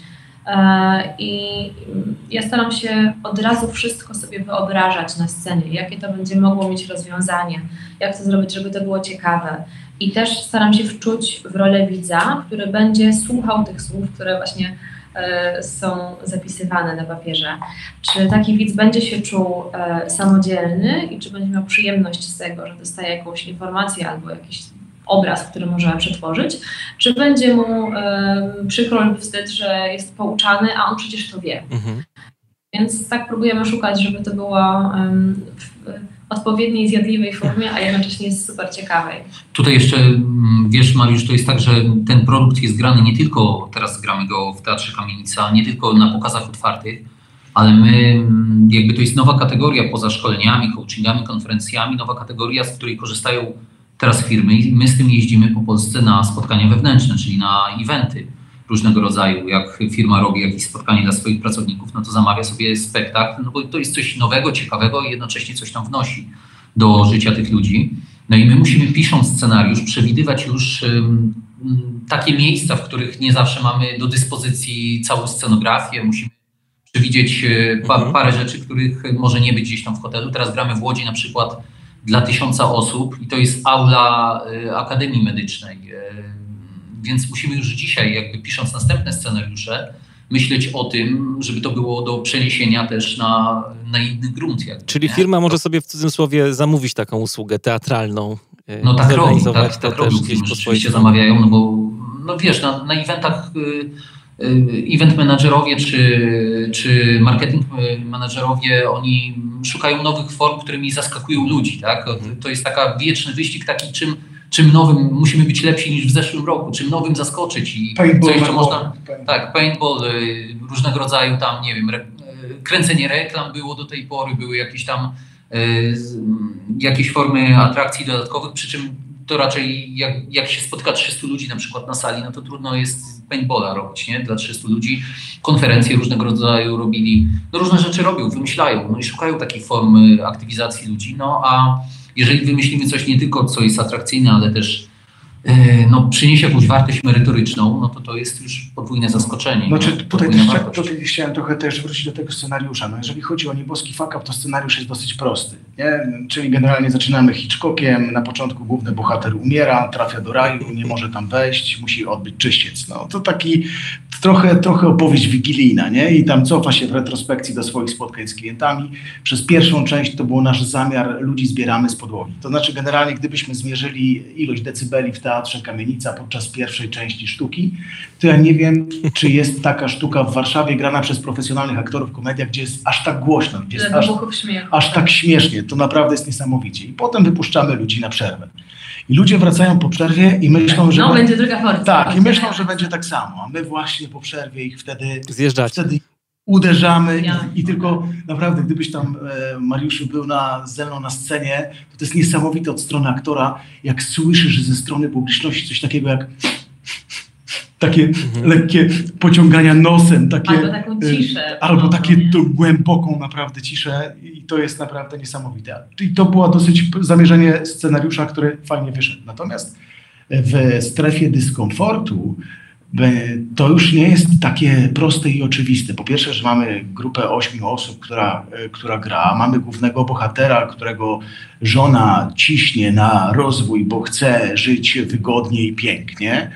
I ja staram się od razu wszystko sobie wyobrażać na scenie, jakie to będzie mogło mieć rozwiązanie, jak to zrobić, żeby to było ciekawe. I też staram się wczuć w rolę widza, który będzie słuchał tych słów, które właśnie są zapisywane na papierze. Czy taki widz będzie się czuł e, samodzielny i czy będzie miał przyjemność z tego, że dostaje jakąś informację albo jakiś obraz, który może przetworzyć, czy będzie mu e, przykro lub wstyd, że jest pouczany, a on przecież to wie. Mhm. Więc tak próbujemy szukać, żeby to było um, w odpowiedniej, zjadliwej formie, a jednocześnie jest super ciekawej. Tutaj jeszcze, wiesz Mariusz, to jest tak, że ten produkt jest grany nie tylko, teraz gramy go w Teatrze Kamienica, nie tylko na pokazach otwartych, ale my, jakby to jest nowa kategoria poza szkoleniami, coachingami, konferencjami, nowa kategoria, z której korzystają teraz firmy i my z tym jeździmy po Polsce na spotkania wewnętrzne, czyli na eventy. różnego rodzaju, jak firma robi jakieś spotkanie dla swoich pracowników, no to zamawia sobie spektakl, no bo to jest coś nowego, ciekawego i jednocześnie coś tam wnosi do życia tych ludzi. No i my musimy, pisząc scenariusz, przewidywać już um, takie miejsca, w których nie zawsze mamy do dyspozycji całą scenografię, musimy przewidzieć pa, mhm. parę rzeczy, których może nie być gdzieś tam w hotelu. Teraz gramy w Łodzi na przykład dla tysiąca osób i to jest aula y, Akademii Medycznej. Y, Więc musimy już dzisiaj, jakby pisząc następne scenariusze, myśleć o tym, żeby to było do przeniesienia też na, na inny grunt. Jakby, Czyli nie? firma może sobie w cudzysłowie zamówić taką usługę teatralną. No tak robią, tak, to tak robią. gdzieś po Rzeczywiście zamawiają, no bo no wiesz, na, na eventach y, y, event menadżerowie czy, czy marketing menadżerowie, oni szukają nowych form, którymi zaskakują ludzi. Tak? To jest taka wieczny wyścig taki, czym czym nowym musimy być lepsi niż w zeszłym roku, czym nowym zaskoczyć i paintball, co jeszcze można, paintball. tak, paintball, y, różnego rodzaju tam, nie wiem, re, y, kręcenie reklam było do tej pory, były jakieś tam y, jakieś formy atrakcji dodatkowych, przy czym to raczej jak, jak się spotyka trzystu ludzi na przykład na sali, no to trudno jest paintballa robić, nie? Dla trzystu ludzi. Konferencje różnego rodzaju robili, no różne rzeczy robią, wymyślają, no i szukają takiej formy aktywizacji ludzi, no a jeżeli wymyślimy coś nie tylko, co jest atrakcyjne, ale też yy, no, przyniesie jakąś wartość merytoryczną, no to to jest już podwójne zaskoczenie. Znaczy, no, tutaj, też, tutaj chciałem trochę też wrócić do tego scenariusza. No, jeżeli chodzi o Nieboski fuck up, to scenariusz jest dosyć prosty. Nie? Czyli generalnie zaczynamy Hitchcockiem, na początku główny bohater umiera, trafia do raju, nie może tam wejść, musi odbyć czyściec. No, to taki trochę, trochę opowieść wigilijna, nie? I tam cofa się w retrospekcji do swoich spotkań z klientami. Przez pierwszą część to był nasz zamiar, ludzi zbieramy z podłogi. To znaczy generalnie gdybyśmy zmierzyli ilość decybeli w Teatrze Kamienica podczas pierwszej części sztuki, to ja nie wiem, czy jest taka sztuka w Warszawie grana przez profesjonalnych aktorów komedia, gdzie jest aż tak głośno, gdzie jest aż, aż tak śmiesznie. To naprawdę jest niesamowicie. I potem wypuszczamy ludzi na przerwę. I ludzie wracają po przerwie i myślą, że... No, będzie druga porcja. Tak, i myślą, że będzie tak samo. A my właśnie po przerwie ich wtedy... Zjeżdżacie. Wtedy uderzamy ja. i, i tylko naprawdę, gdybyś tam, e, Mariuszu, był na, ze mną na scenie, to to jest niesamowite od strony aktora, jak słyszysz ze strony publiczności coś takiego jak takie mhm. lekkie pociągania nosem. Takie, albo taką ciszę. E, albo takie to, głęboką naprawdę ciszę i to jest naprawdę niesamowite. I to było dosyć zamierzenie scenariusza, który fajnie wyszedł. Natomiast w strefie dyskomfortu to już nie jest takie proste i oczywiste. Po pierwsze, że mamy grupę ośmiu osób, która, która gra. Mamy głównego bohatera, którego żona ciśnie na rozwój, bo chce żyć wygodnie i pięknie.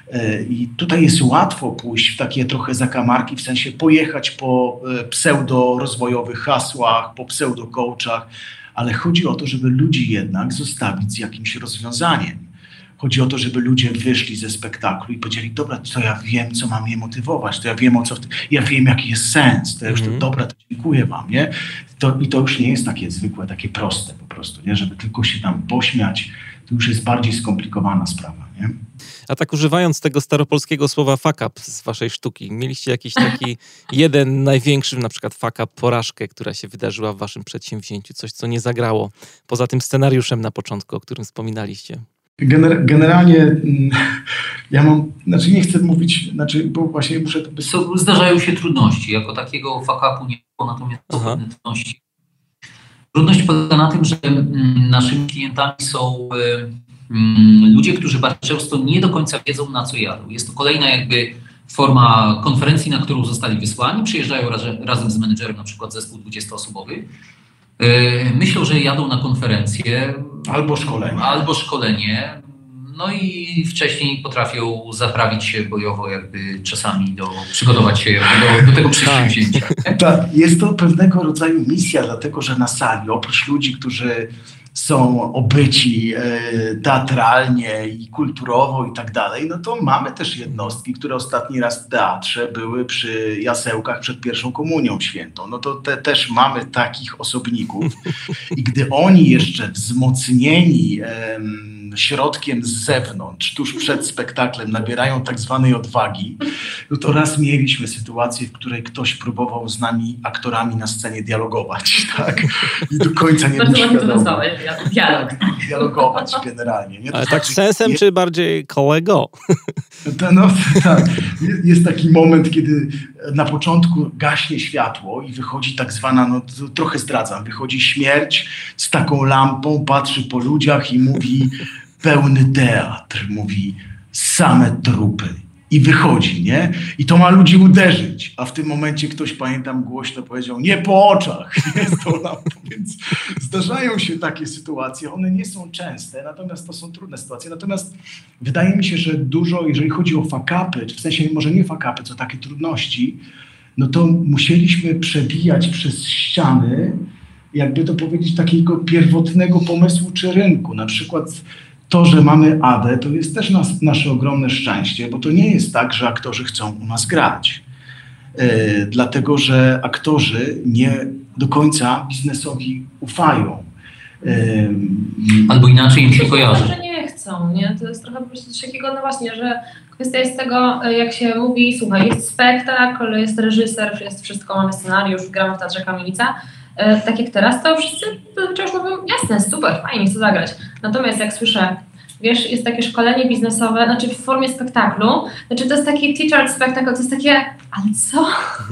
I tutaj jest łatwo pójść w takie trochę zakamarki, w sensie pojechać po pseudo-rozwojowych hasłach, po pseudo-coachach, ale chodzi o to, żeby ludzi jednak zostawić z jakimś rozwiązaniem. Chodzi o to, żeby ludzie wyszli ze spektaklu i powiedzieli, dobra, to ja wiem, co mam je motywować, to ja wiem, o co w tym, ja wiem, jaki jest sens, to ja już to, dobra, to dziękuję wam, nie? To, I to już nie jest takie zwykłe, takie proste po prostu, nie? Żeby tylko się tam pośmiać, to już jest bardziej skomplikowana sprawa, nie? A tak używając tego staropolskiego słowa fuck up z waszej sztuki, mieliście jakiś taki jeden największy, na przykład fuck up, porażkę, która się wydarzyła w waszym przedsięwzięciu, coś, co nie zagrało, poza tym scenariuszem na początku, o którym wspominaliście? Gener- generalnie ja mam, znaczy nie chcę mówić, znaczy, bo właśnie muszę... To... Zdarzają się trudności, jako takiego fuck upu nie było, natomiast są pewne trudności. Trudność polega na tym, że mm, naszymi klientami są y, ludzie, którzy bardzo często nie do końca wiedzą, na co jadą. Jest to kolejna jakby forma konferencji, na którą zostali wysłani, przyjeżdżają raz, razem z menedżerem, na przykład zespół dwudziestoosobowy. Myślą, że jadą na konferencję. Albo szkolenie. Albo szkolenie. No i wcześniej potrafią zaprawić się bojowo, jakby czasami do, przygotować się do, do tego przedsięwzięcia. Tak, jest to pewnego rodzaju misja, dlatego że na sali, oprócz ludzi, którzy są obyci e, teatralnie i kulturowo i tak dalej, no to mamy też jednostki, które ostatni raz w teatrze były przy jasełkach przed pierwszą komunią świętą. No to te, też mamy takich osobników i gdy oni jeszcze wzmocnieni e, środkiem z zewnątrz, tuż przed spektaklem, nabierają tak zwanej odwagi, no to raz mieliśmy sytuację, w której ktoś próbował z nami, aktorami na scenie dialogować, tak? I do końca nie był świadomy. Dialog. Tak, dialogować generalnie. Nie? Ale tak znaczy, sensem, je... czy bardziej kołego? To, no, tak. Jest taki moment, kiedy na początku gaśnie światło i wychodzi tak zwana, no to trochę zdradzam, wychodzi śmierć z taką lampą, patrzy po ludziach i mówi pełny teatr, mówi same trupy. I wychodzi, nie? I to ma ludzi uderzyć. A w tym momencie ktoś, pamiętam, głośno powiedział, nie po oczach, nie z tą lampą. Więc zdarzają się takie sytuacje. One nie są częste, natomiast to są trudne sytuacje. Natomiast wydaje mi się, że dużo, jeżeli chodzi o fuck-upy, w sensie może nie fuck-upy, co takie trudności, no to musieliśmy przebijać przez ściany, jakby to powiedzieć, takiego pierwotnego pomysłu czy rynku. Na przykład to, że mamy Adę, to jest też nas, nasze ogromne szczęście, bo to nie jest tak, że aktorzy chcą u nas grać. Yy, dlatego, że aktorzy nie do końca biznesowi ufają. Yy, Albo inaczej im się kojarzy. Że nie chcą, nie? To jest trochę po prostu coś takiego, no właśnie, że kwestia jest tego, jak się mówi, słuchaj, jest spektakl, jest reżyser, jest wszystko, mamy scenariusz, gramy w Teatrze Kamienica. Tak jak teraz, to wszyscy wciąż mówią, jasne, super, fajnie, chcę zagrać. Natomiast jak słyszę, wiesz, jest takie szkolenie biznesowe, znaczy w formie spektaklu, znaczy to jest taki teacher spectacle, to jest takie, ale co?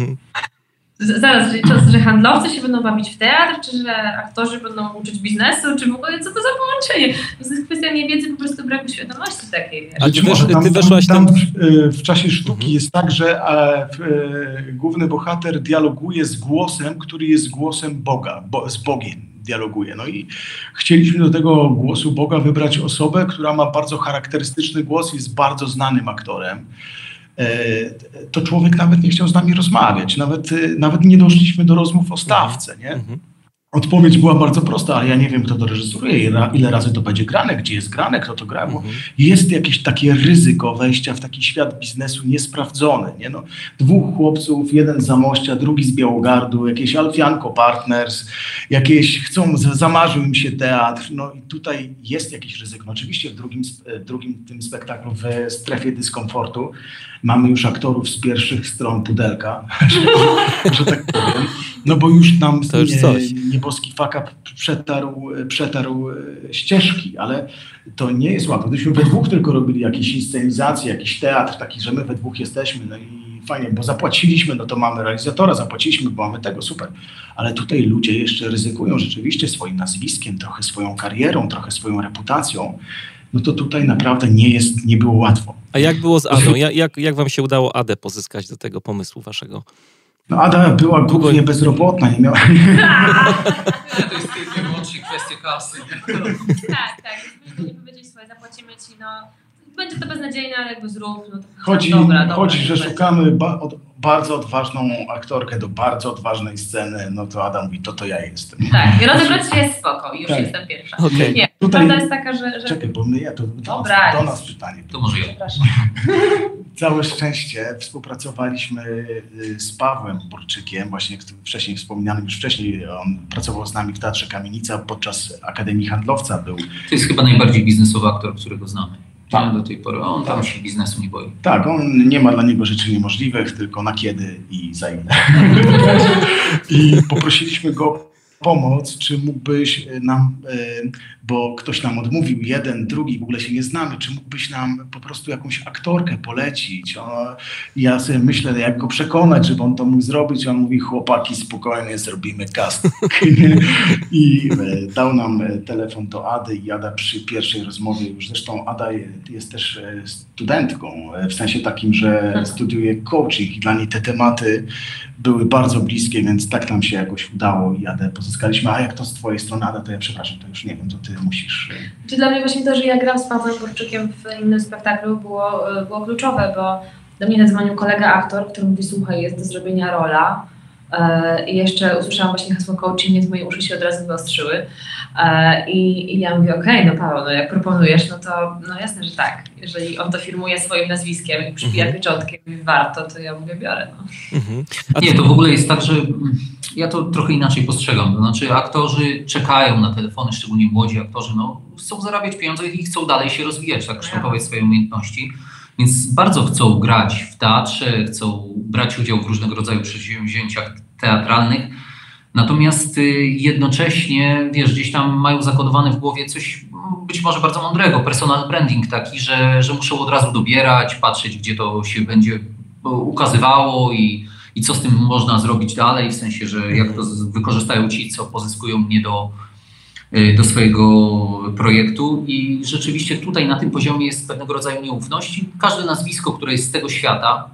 Zaraz, że, to, że handlowcy się będą bawić w teatr, czy że aktorzy będą uczyć biznesu, czy w ogóle co to za połączenie? To jest kwestia niewiedzy, po prostu braku świadomości takiej. Wiesz. A ty, może tam, ty weszłaś tam, tam... W, w czasie sztuki mhm. jest tak, że e, w, e, główny bohater dialoguje z głosem, który jest głosem Boga, bo, z Bogiem dialoguje. No i chcieliśmy do tego głosu Boga wybrać osobę, która ma bardzo charakterystyczny głos, jest bardzo znanym aktorem. To człowiek nawet nie chciał z nami rozmawiać. Nawet, nawet nie doszliśmy do rozmów o stawce, nie? Odpowiedź była bardzo prosta, ale ja nie wiem, kto to reżyseruje, ile razy to będzie grane, gdzie jest grane, kto to gra, bo jest jakieś takie ryzyko wejścia w taki świat biznesu niesprawdzony, nie? No, dwóch chłopców, jeden z Zamościa, drugi z Białogardu, jakieś Alfianco Partners, jakieś chcą, zamarzył im się teatr, no i tutaj jest jakieś ryzyko. No, oczywiście w drugim, drugim tym spektaklu, w strefie dyskomfortu, mamy już aktorów z pierwszych stron pudelka, że, że tak powiem, no bo już nam nie, nieboski fuck up przetarł, przetarł ścieżki, ale to nie jest łatwo. Gdybyśmy we dwóch tylko robili jakieś inscenizacje, jakiś teatr taki, że my we dwóch jesteśmy, no i fajnie, bo zapłaciliśmy, no to mamy realizatora, zapłaciliśmy, bo mamy tego, super. Ale tutaj ludzie jeszcze ryzykują rzeczywiście swoim nazwiskiem, trochę swoją karierą, trochę swoją reputacją. No to tutaj naprawdę nie jest, nie było łatwo. A jak było z Adą? Jak, jak wam się udało Adę pozyskać do tego pomysłu waszego? No Ada była głównie bezrobotna. Nie miała... To jest tylko wyłącznie kwestia kasy. Tak, tak. Gdybyśmy nie powiedzieli, słuchaj, zapłacimy ci, no będzie to beznadziejne, ale jakby zrób. No to chodzi, dobra, dobra, chodzi dobra, że szukamy ba- od, bardzo odważną aktorkę do bardzo odważnej sceny, no to Adam mówi, to to ja jestem. Tak, i rozegrać się jest spoko, już tak. jestem pierwsza. Okay. Nie, tutaj prawda jest taka, że... że... Czekaj, bo my, ja to do, dobra, nas, do nas pytanie. To może ja. Przepraszam. Całe szczęście współpracowaliśmy z Pawłem Burczykiem, właśnie wcześniej wspomnianym, już wcześniej on pracował z nami w Teatrze Kamienica, podczas Akademii Handlowca był. To jest chyba najbardziej biznesowy aktor, którego znamy. Tak. Do tej pory. On tam się biznesu nie boi. Tak, on nie ma dla niego rzeczy niemożliwych, tylko na kiedy i za ile. I poprosiliśmy go o pomoc, czy mógłbyś nam, bo ktoś nam odmówił, jeden, drugi, w ogóle się nie znamy, czy mógłbyś nam po prostu jakąś aktorkę polecić? O, ja sobie myślę, jak go przekonać, żeby on to mógł zrobić. On mówi, chłopaki, spokojnie, zrobimy casting. I dał nam telefon do Ady i Ada przy pierwszej rozmowie, już zresztą Ada jest też studentką, w sensie takim, że studiuje coaching i dla niej te tematy były bardzo bliskie, więc tak nam się jakoś udało i Adę pozyskaliśmy. A jak to z twojej strony, Ada, to ja przepraszam, to już nie wiem, to ty musisz... Czy dla mnie właśnie to, że ja gram z Pawłem Burczykiem w innym spektaklu było, było kluczowe, bo do mnie zadzwonił kolega aktor, który mówi, słuchaj, jest do zrobienia rola. I jeszcze usłyszałam właśnie hasło coaching, więc moje uszy się od razu wyostrzyły. I, i ja mówię, okej, okay, no Paweł, no jak proponujesz, no to no jasne, że tak. Jeżeli on to firmuje swoim nazwiskiem i przypija mm-hmm. pieczątkę i mówi, warto, to ja mówię, biorę. No. Mm-hmm. Nie, to w ogóle jest tak, że ja to trochę inaczej postrzegam. To znaczy aktorzy czekają na telefony, szczególnie młodzi aktorzy, no chcą zarabiać pieniądze i chcą dalej się rozwijać, tak kształtować swoje umiejętności. Więc bardzo chcą grać w teatrze, chcą brać udział w różnego rodzaju przedsięwzięciach teatralnych. Natomiast jednocześnie, wiesz, gdzieś tam mają zakodowane w głowie coś być może bardzo mądrego, personal branding taki, że, że muszą od razu dobierać, patrzeć, gdzie to się będzie ukazywało i, i co z tym można zrobić dalej, w sensie, że jak to wykorzystają ci, co pozyskują mnie do, do swojego projektu. I rzeczywiście tutaj na tym poziomie jest pewnego rodzaju nieufność. Każde nazwisko, które jest z tego świata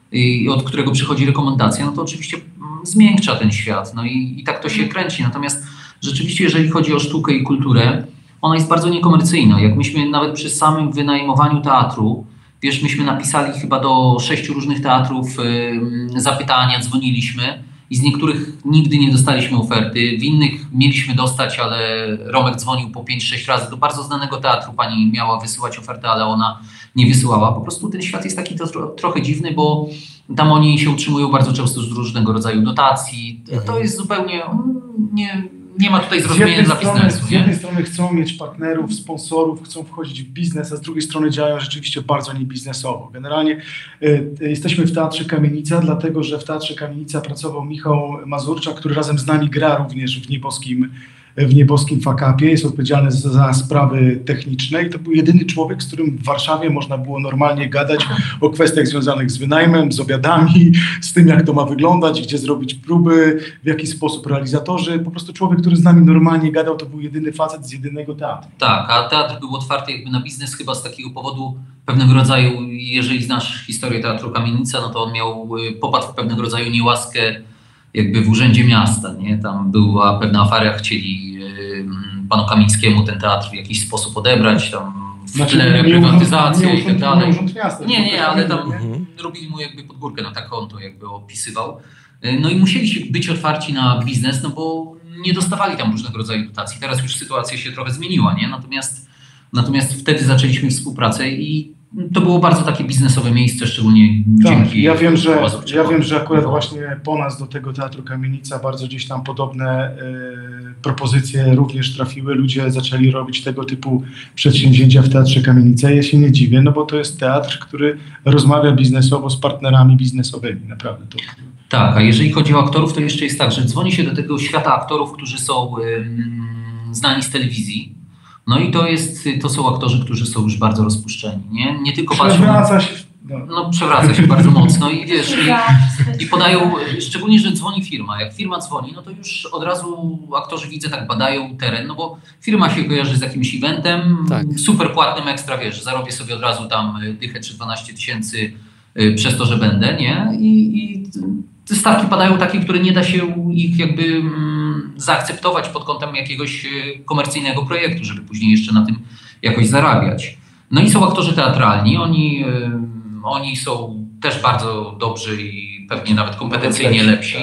i od którego przychodzi rekomendacja, no to oczywiście zmiękcza ten świat, no i, i tak to się kręci. Natomiast rzeczywiście, jeżeli chodzi o sztukę i kulturę, ona jest bardzo niekomercyjna. Jak myśmy nawet przy samym wynajmowaniu teatru, wiesz, myśmy napisali chyba do sześciu różnych teatrów yy, zapytania, dzwoniliśmy i z niektórych nigdy nie dostaliśmy oferty, w innych mieliśmy dostać, ale Romek dzwonił po pięć sześć razy do bardzo znanego teatru, pani miała wysyłać ofertę, ale ona nie wysyłała. Po prostu ten świat jest taki to, trochę dziwny, bo tam oni się utrzymują bardzo często z różnego rodzaju dotacji. Mhm. To jest zupełnie, nie, nie ma tutaj zrozumienia dla strony, biznesu. Z jednej nie? strony chcą mieć partnerów, sponsorów, chcą wchodzić w biznes, a z drugiej strony działają rzeczywiście bardzo niebiznesowo. Generalnie y, jesteśmy w Teatrze Kamienica, dlatego że w Teatrze Kamienica pracował Michał Mazurczak, który razem z nami gra również w nieboskim w nieboskim fakapie, jest odpowiedzialny za, za sprawy techniczne i to był jedyny człowiek, z którym w Warszawie można było normalnie gadać o kwestiach związanych z wynajmem, z obiadami, z tym, jak to ma wyglądać, gdzie zrobić próby, w jaki sposób realizatorzy. Po prostu człowiek, który z nami normalnie gadał, to był jedyny facet z jedynego teatru. Tak, a teatr był otwarty jakby na biznes chyba z takiego powodu pewnego rodzaju, jeżeli znasz historię Teatru Kamienica, no to on miał, popadł w pewnego rodzaju niełaskę jakby w Urzędzie Miasta, nie? Tam była pewna afera, chcieli y, panu Kamińskiemu ten teatr w jakiś sposób odebrać, tam w znaczy, tle reprywatyzacja i tak dalej. Nie, nie, nie, ale tam mhm. robili mu jakby pod górkę, no tak on to jakby opisywał. No i musieli być otwarci na biznes, no bo nie dostawali tam różnego rodzaju dotacji. Teraz już sytuacja się trochę zmieniła, nie? Natomiast, natomiast wtedy zaczęliśmy współpracę i to było bardzo takie biznesowe miejsce, szczególnie tak, dzięki... Ja wiem, że, ja wiem, że akurat właśnie po nas do tego Teatru Kamienica bardzo gdzieś tam podobne y, propozycje również trafiły. Ludzie zaczęli robić tego typu przedsięwzięcia w Teatrze Kamienica. Ja się nie dziwię, no bo to jest teatr, który rozmawia biznesowo z partnerami biznesowymi. Naprawdę to... Tak, a jeżeli chodzi o aktorów, to jeszcze jest tak, że dzwoni się do tego świata aktorów, którzy są y, znani z telewizji. No i to jest, to są aktorzy, którzy są już bardzo rozpuszczeni, nie? Nie tylko patrzą... Przewraca się... No. no przewraca się bardzo mocno i wiesz, i, i podają, szczególnie, że dzwoni firma. Jak firma dzwoni, no to już od razu aktorzy, widzę, tak badają teren, no bo firma się kojarzy z jakimś eventem, tak. super płatnym ekstra, wiesz, zarobię sobie od razu tam dychę czy dwanaście tysięcy przez to, że będę, nie? I, i te stawki padają takie, które nie da się ich jakby mm, zaakceptować pod kątem jakiegoś komercyjnego projektu, żeby później jeszcze na tym jakoś zarabiać. No i są aktorzy teatralni, oni, y, oni są też bardzo dobrzy i pewnie nawet kompetencyjnie lepsi,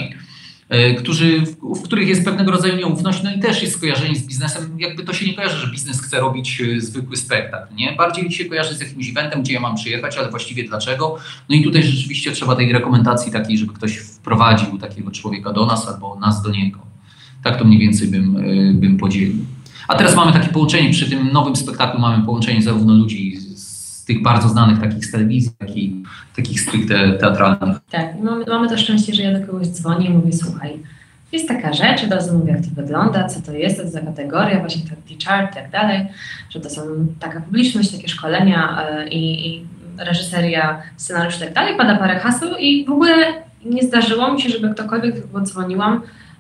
y, którzy, w, w których jest pewnego rodzaju nieufność, no i też jest skojarzenie z biznesem, jakby to się nie kojarzy, że biznes chce robić y, zwykły spektakl, nie? Bardziej się kojarzy z jakimś eventem, gdzie ja mam przyjechać, ale właściwie dlaczego? No i tutaj rzeczywiście trzeba tej rekomendacji takiej, żeby ktoś wprowadził takiego człowieka do nas albo nas do niego. Tak to mniej więcej bym, y, bym podzielił. A teraz mamy takie połączenie, przy tym nowym spektaklu mamy połączenie zarówno ludzi z, z tych bardzo znanych takich z telewizji, jak i takich stricte teatralnych. Tak, mamy, mamy to szczęście, że ja do kogoś dzwonię i mówię, słuchaj, jest taka rzecz, od razu mówię, jak to wygląda, co to jest, co to za kategoria, właśnie tak T chart i tak dalej, że to są taka publiczność, takie szkolenia yy, i reżyseria, scenariusz i tak dalej, pada parę haseł i w ogóle nie zdarzyło mi się, żeby ktokolwiek, bo dzwoniłam,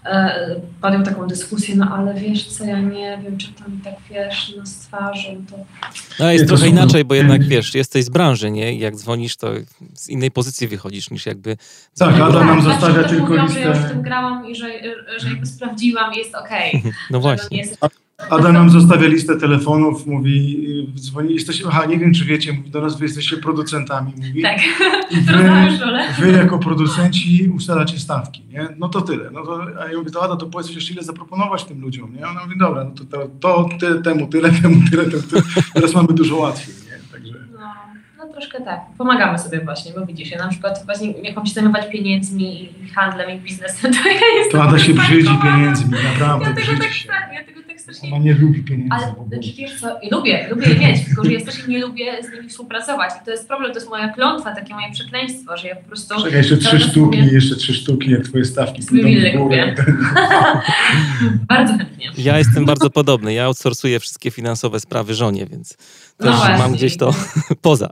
podjął taką dyskusję, no ale wiesz co, ja nie wiem, czy tam tak wiesz, no z twarzą to... No jest trochę inaczej, bo jednak wiesz, jesteś z branży, nie? I jak dzwonisz, to z innej pozycji wychodzisz niż jakby... Tak, Adam nam zostawia tylko mówią, listę... że ja już w tym grałam i że, że jakby sprawdziłam i jest okej. Okay. No właśnie. Jest... Adam nam zostawia listę telefonów, mówi, dzwoni, jesteście, aha, nie wiem czy wiecie, mówi do nas, wy jesteście producentami, mówi. Tak, I wy, wy jako producenci ustalacie stawki, nie? No to tyle. No to, a ja mówię, to Ada, to powiedz jeszcze ile zaproponować tym ludziom, nie? Ona mówi, dobra, no to, to, to ty, temu tyle, temu tyle, temu tyle. Teraz mamy dużo łatwiej, nie? Także... No, no troszkę tak. Pomagamy sobie właśnie, bo widzisz, ja na przykład właśnie jak mam się zajmować pieniędzmi i handlem i biznesem, to ja jestem... To Ada się brzydzi pieniędzmi, naprawdę ja brzydzi tak, się. Tak, ja tego tak tak strasznie... Ona nie lubi pieniędzy. Ale wiesz co, i lubię, lubię je mieć, tylko że ja też nie lubię z nimi współpracować. I to jest problem, to jest moja klątwa, takie moje przekleństwo, że ja po prostu... Czekaj, jeszcze trzy sztuki, mówię, jeszcze trzy sztuki, jak twoje stawki pójdą w górę. Bardzo chętnie. Ja jestem bardzo podobny. Ja outsourcuję wszystkie finansowe sprawy żonie, więc No też właśnie. mam gdzieś to poza.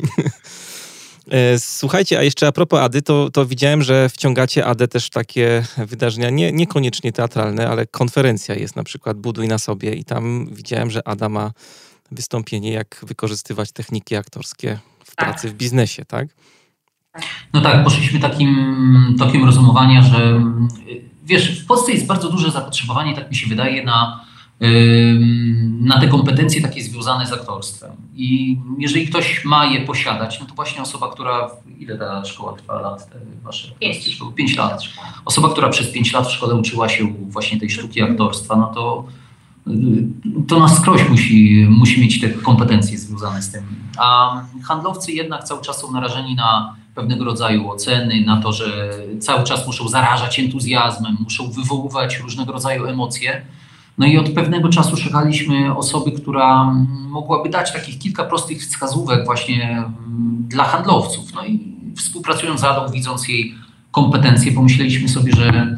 Słuchajcie, a jeszcze a propos Ady, to, to widziałem, że wciągacie Adę też w takie wydarzenia, nie, niekoniecznie teatralne, ale konferencja jest na przykład Buduj na sobie i tam widziałem, że Ada ma wystąpienie, jak wykorzystywać techniki aktorskie w Tak. pracy w biznesie, tak? No tak, poszliśmy takim tokiem rozumowania, że wiesz, w Polsce jest bardzo duże zapotrzebowanie, tak mi się wydaje, na na te kompetencje takie związane z aktorstwem. I jeżeli ktoś ma je posiadać, no to właśnie osoba, która... Ile ta szkoła trwa lat? Te wasze Pięć. szkoły? Pięć lat. Osoba, która przez pięć lat w szkole uczyła się właśnie tej sztuki aktorstwa, no to to na skroś musi, musi mieć te kompetencje związane z tym. A handlowcy jednak cały czas są narażeni na pewnego rodzaju oceny, na to, że cały czas muszą zarażać entuzjazmem, muszą wywoływać różnego rodzaju emocje. No i od pewnego czasu szukaliśmy osoby, która mogłaby dać takich kilka prostych wskazówek właśnie dla handlowców. No i współpracując z Adą, widząc jej kompetencje, pomyśleliśmy sobie, że,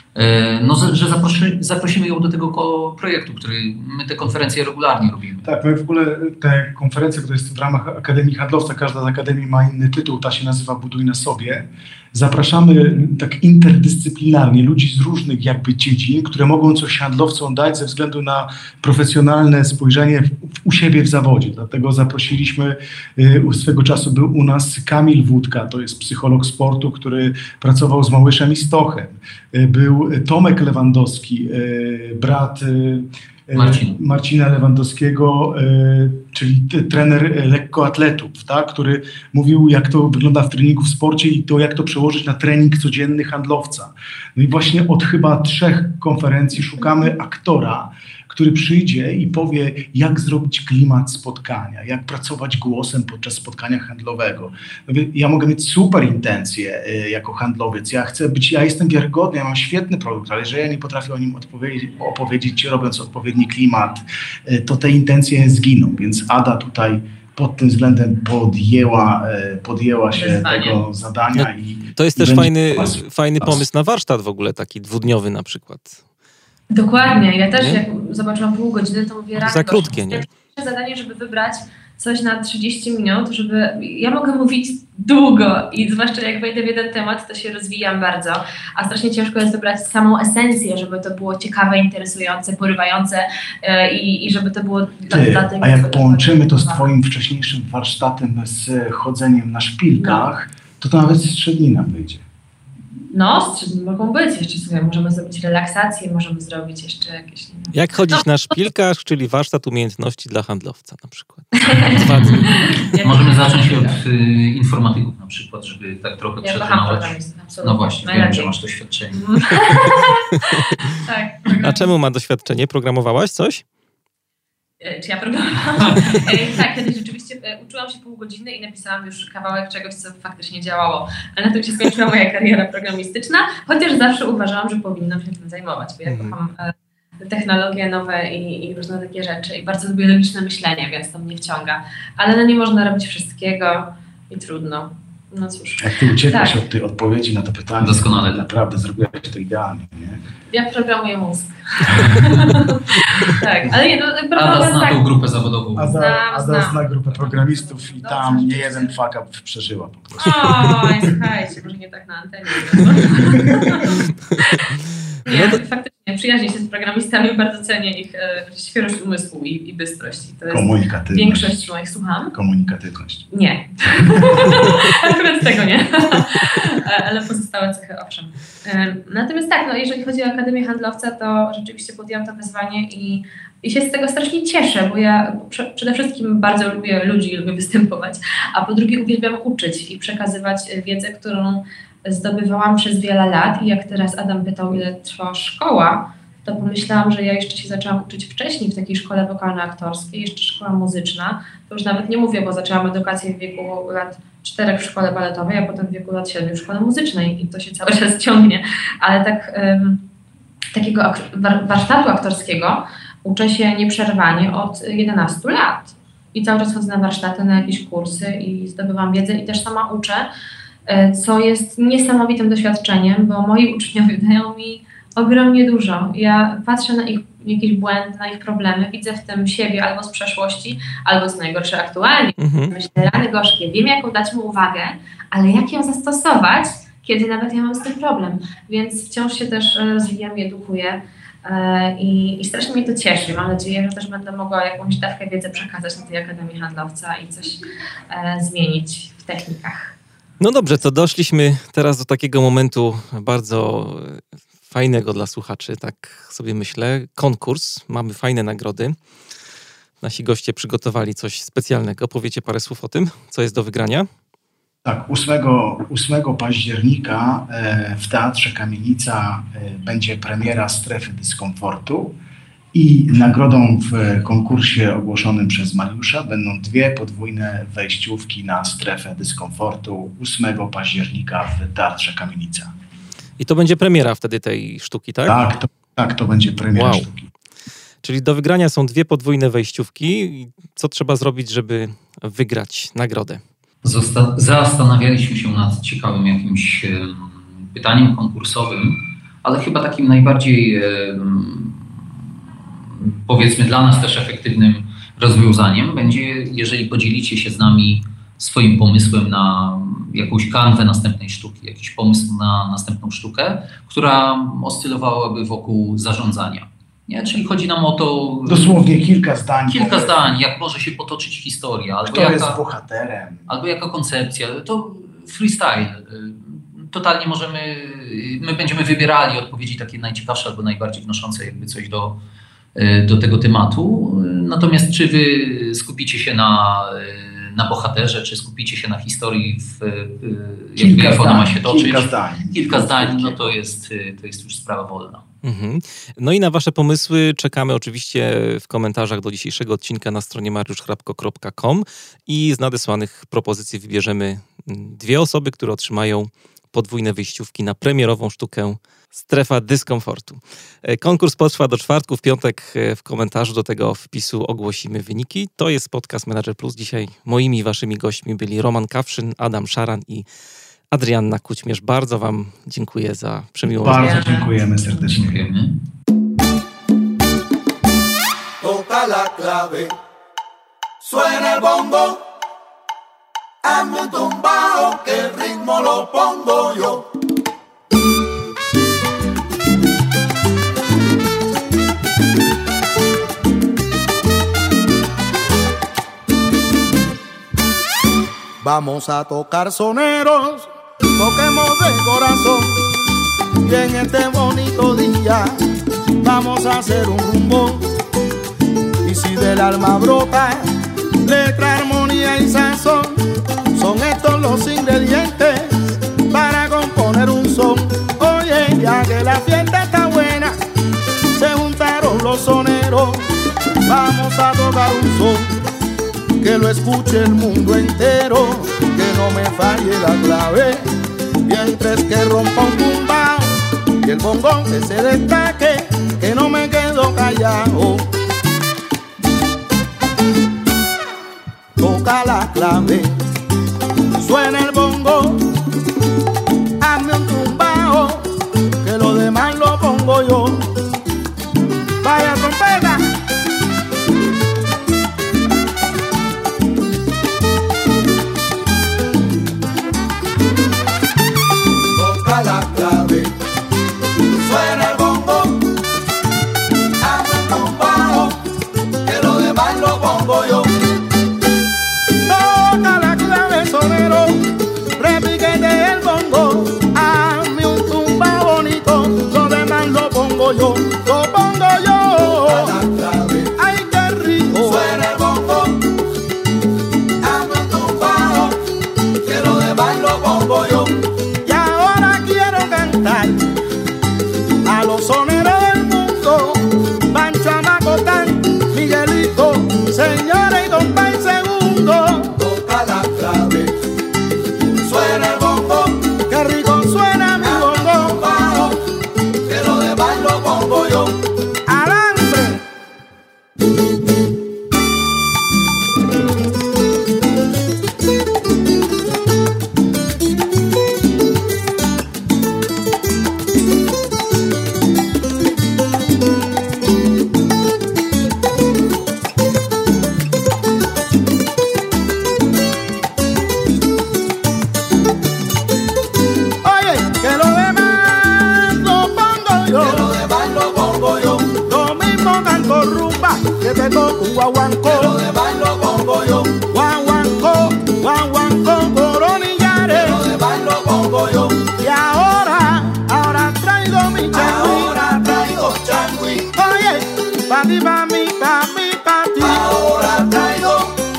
no, że zaprosi, zaprosimy ją do tego projektu, który my te konferencje regularnie robimy. Tak, my w ogóle te konferencje, które jest w ramach Akademii Handlowca, każda z akademii ma inny tytuł, ta się nazywa Buduj na sobie. Zapraszamy tak interdyscyplinarnie ludzi z różnych jakby dziedzin, które mogą coś handlowcom dać ze względu na profesjonalne spojrzenie w, u siebie w zawodzie. Dlatego zaprosiliśmy, y, swego czasu był u nas Kamil Wódka, to jest psycholog sportu, który pracował z Małyszem i Stochem. Y, był Tomek Lewandowski, y, brat y, Marcin. Marcina Lewandowskiego, y, czyli t, trener lekkoatletów, tak, który mówił, jak to wygląda w treningu w sporcie i to, jak to przełożyć na trening codzienny handlowca. No i właśnie od chyba trzech konferencji szukamy aktora, który przyjdzie i powie, jak zrobić klimat spotkania, jak pracować głosem podczas spotkania handlowego. Ja mogę mieć super intencje y, jako handlowiec, ja chcę być, ja jestem wiarygodny, ja mam świetny produkt, ale jeżeli ja nie potrafię o nim odpowiedzieć, opowiedzieć, robiąc odpowiedni klimat, y, to te intencje zginą, więc Ada tutaj pod tym względem podjęła, y, podjęła się Wyzwanie. tego zadania. No, i to jest i też będzie fajny, pas, fajny pas. pomysł na warsztat w ogóle, taki dwudniowy na przykład. Dokładnie. Ja też Nie? jak zobaczyłam pół godziny, to mówię... Za krótkie, nie? Zadanie, żeby wybrać coś na trzydzieści minut, żeby... Ja mogę mówić długo i zwłaszcza jak wejdę w jeden temat, to się rozwijam bardzo, a strasznie ciężko jest wybrać samą esencję, żeby to było ciekawe, interesujące, porywające yy, i, i żeby to było dla, Ty, dla tych... a jak połączymy to z twoim wcześniejszym warsztatem z chodzeniem na szpilkach, no. to to nawet z trzy dni nam wyjdzie. No, mogą być jeszcze sobie, możemy zrobić relaksację, możemy zrobić jeszcze jakieś... Nie wiem. Jak chodzić na szpilkach, czyli warsztat umiejętności dla handlowca na przykład. Dwa dni. Możemy zacząć od y, informatyków na przykład, żeby tak trochę Ja przetrenować. No właśnie, wiem, najlepiej. że masz doświadczenie. Tak. A czemu ma doświadczenie? Programowałaś coś? Czy ja programowałam? Tak, kiedyś rzeczywiście uczyłam się pół godziny i napisałam już kawałek czegoś, co faktycznie działało. Ale na tym się skończyła moja kariera programistyczna, chociaż zawsze uważałam, że powinnam się tym zajmować, bo ja Mhm. kocham technologie nowe i, i różne takie rzeczy i bardzo lubię logiczne myślenie, więc to mnie wciąga. Ale no nie można robić wszystkiego i trudno. No cóż. Jak ty uciekłaś Tak. od tej odpowiedzi na to pytanie, Doskonale. naprawdę zrobiłaś to idealnie, nie? Ja programuję mózg. Tak, ale nie, no Ada zna tak. tą grupę zawodową. Ada, Znam, Ada znam. zna grupę programistów i Dobrze, tam nie rzeczywiście. jeden fuck up przeżyła po prostu. Oj, słuchajcie, może nie tak na antenie. Nie, No to- faktycznie przyjaźnię się z programistami, bardzo cenię ich e, świeżość umysłu i, i bystrość. I to jest Komunikatywność. większość moich, słucham? Komunikatywność. Nie. Akurat tego nie. Ale pozostałe cechy owszem. E, Natomiast tak, no, jeżeli chodzi o Akademię Handlowca, to rzeczywiście podjęłam to wyzwanie i, i się z tego strasznie cieszę, bo ja prze, przede wszystkim bardzo lubię ludzi, lubię występować, a po drugie uwielbiam uczyć i przekazywać wiedzę, którą zdobywałam przez wiele lat i jak teraz Adam pytał, ile trwa szkoła, to pomyślałam, że ja jeszcze się zaczęłam uczyć wcześniej w takiej szkole wokalno-aktorskiej, jeszcze szkoła muzyczna. To już nawet nie mówię, bo zaczęłam edukację w wieku lat czterech w szkole baletowej, a potem w wieku lat siedmiu w szkole muzycznej i to się cały czas ciągnie. Ale tak um, takiego ak- war- warsztatu aktorskiego uczę się nieprzerwanie od jedenastu lat i cały czas chodzę na warsztaty, na jakieś kursy i zdobywam wiedzę i też sama uczę, co jest niesamowitym doświadczeniem, bo moi uczniowie dają mi ogromnie dużo. Ja patrzę na ich jakieś błędy, na ich problemy, widzę w tym siebie albo z przeszłości, albo z najgorsze aktualnie. Mhm. Myślę, rany gorzkie, wiem jaką dać mu uwagę, ale jak ją zastosować, kiedy nawet ja mam z tym problem. Więc wciąż się też rozwijam i edukuję i, i strasznie mnie to cieszy. Mam nadzieję, że też będę mogła jakąś dawkę wiedzy przekazać na tej Akademii Handlowca i coś e, zmienić w technikach. No dobrze, to doszliśmy teraz do takiego momentu bardzo fajnego dla słuchaczy, tak sobie myślę. Konkurs, mamy fajne nagrody. Nasi goście przygotowali coś specjalnego. Powiecie parę słów o tym, co jest do wygrania? Tak, ósmego października w Teatrze Kamienica będzie premiera Strefy Dyskomfortu i nagrodą w konkursie ogłoszonym przez Mariusza będą dwie podwójne wejściówki na Strefę Dyskomfortu ósmego października w Teatrze Kamienica. I to będzie premiera wtedy tej sztuki, tak? Tak, to, tak, to będzie premiera wow. sztuki. Czyli do wygrania są dwie podwójne wejściówki. Co trzeba zrobić, żeby wygrać nagrodę? Zosta- zastanawialiśmy się nad ciekawym jakimś e, pytaniem konkursowym, ale chyba takim najbardziej e, powiedzmy dla nas też efektywnym rozwiązaniem będzie, jeżeli podzielicie się z nami swoim pomysłem na jakąś kanwę następnej sztuki, jakiś pomysł na następną sztukę, która oscylowałaby wokół zarządzania. Nie? Czyli chodzi nam o to... Dosłownie kilka zdań. Kilka zdań, jak może się potoczyć historia. Albo Kto jaka, jest bohaterem. Albo jaka koncepcja. To freestyle. Totalnie możemy... My będziemy wybierali odpowiedzi takie najciekawsze albo najbardziej wnoszące jakby coś do, do tego tematu. Natomiast czy wy skupicie się na... na bohaterze, czy skupicie się na historii, w, jakby jak ona ma się toczyć. Kilka zdań. Kilka zdań, no to jest, to jest już sprawa wolna. Mhm. No i na wasze pomysły czekamy oczywiście w komentarzach do dzisiejszego odcinka na stronie mariusz hrabko kropka com i z nadesłanych propozycji wybierzemy dwie osoby, które otrzymają podwójne wyjściówki na premierową sztukę Strefa Dyskomfortu. Konkurs potrwa do czwartku, w piątek w komentarzu do tego wpisu ogłosimy wyniki. To jest podcast Menadżer Plus. Dzisiaj moimi i waszymi gośćmi byli Roman Kawszyn, Adam Szaran i Adrianna Kućmierz. Bardzo wam dziękuję za przemiłą rozmowę. Bardzo dziękujemy serdecznie. Dziękujemy. Toca la clave, suena el bongo, hazme un tumbao, que el ritmo lo pongo yo. Vamos a tocar soneros, toquemos de corazón y en este bonito día vamos a hacer un rumbo. Y si del alma brota letra, armonía y sazón, son estos los ingredientes para componer un son. Oye, ya que la fiesta está buena, se juntaron los soneros, vamos a tocar un son que lo escuche el mundo entero, que no me falle la clave, mientras que rompa un tumbao y el bongón que se destaque, que no me quedo callado. Toca la clave, suena el bongo, hazme un tumbao, que lo demás lo pongo yo. Vaya trompeta. La clave, suena el bongo, hazme un tumbao, que lo demás lo pongo yo. Toca la clave, sonero, repiquete el bongo, hazme un tumbao bonito, lo demás lo pongo yo, lo pongo yo. Toca la clave, ay qué rico, suena el bongo, hazme un tumbao, que lo demás lo pongo yo. A los soneros del mundo, Pancho Macotán, Miguelito, señores y compay segundo. Toca la clave, suena el bongo, qué rico suena mi bongo, bajo, que lo demás lo pongo yo. Alambre, traigo rumba, que te toco un guaguancó. Que lo de bailo pongo yo. Guaguancó, guaguancó, coronillare. Que lo de bailo pongo yo. Y ahora, ahora traigo mi changüí. Ahora traigo changüí. Oye, pa' ti, pa' mí, pa' mí, pa' ti. Ahora traigo.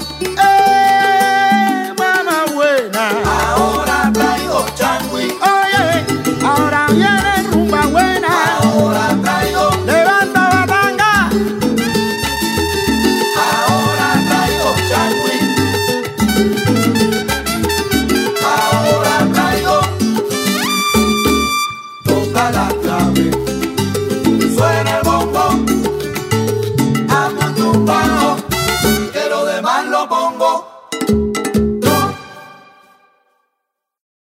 Eh, mamá buena. Ahora traigo changüí. Oye, ahora viene rumba buena. Ahora traigo. Levanta batanga. Ahora traigo changüí. Ahora traigo. Toca la clave. Suena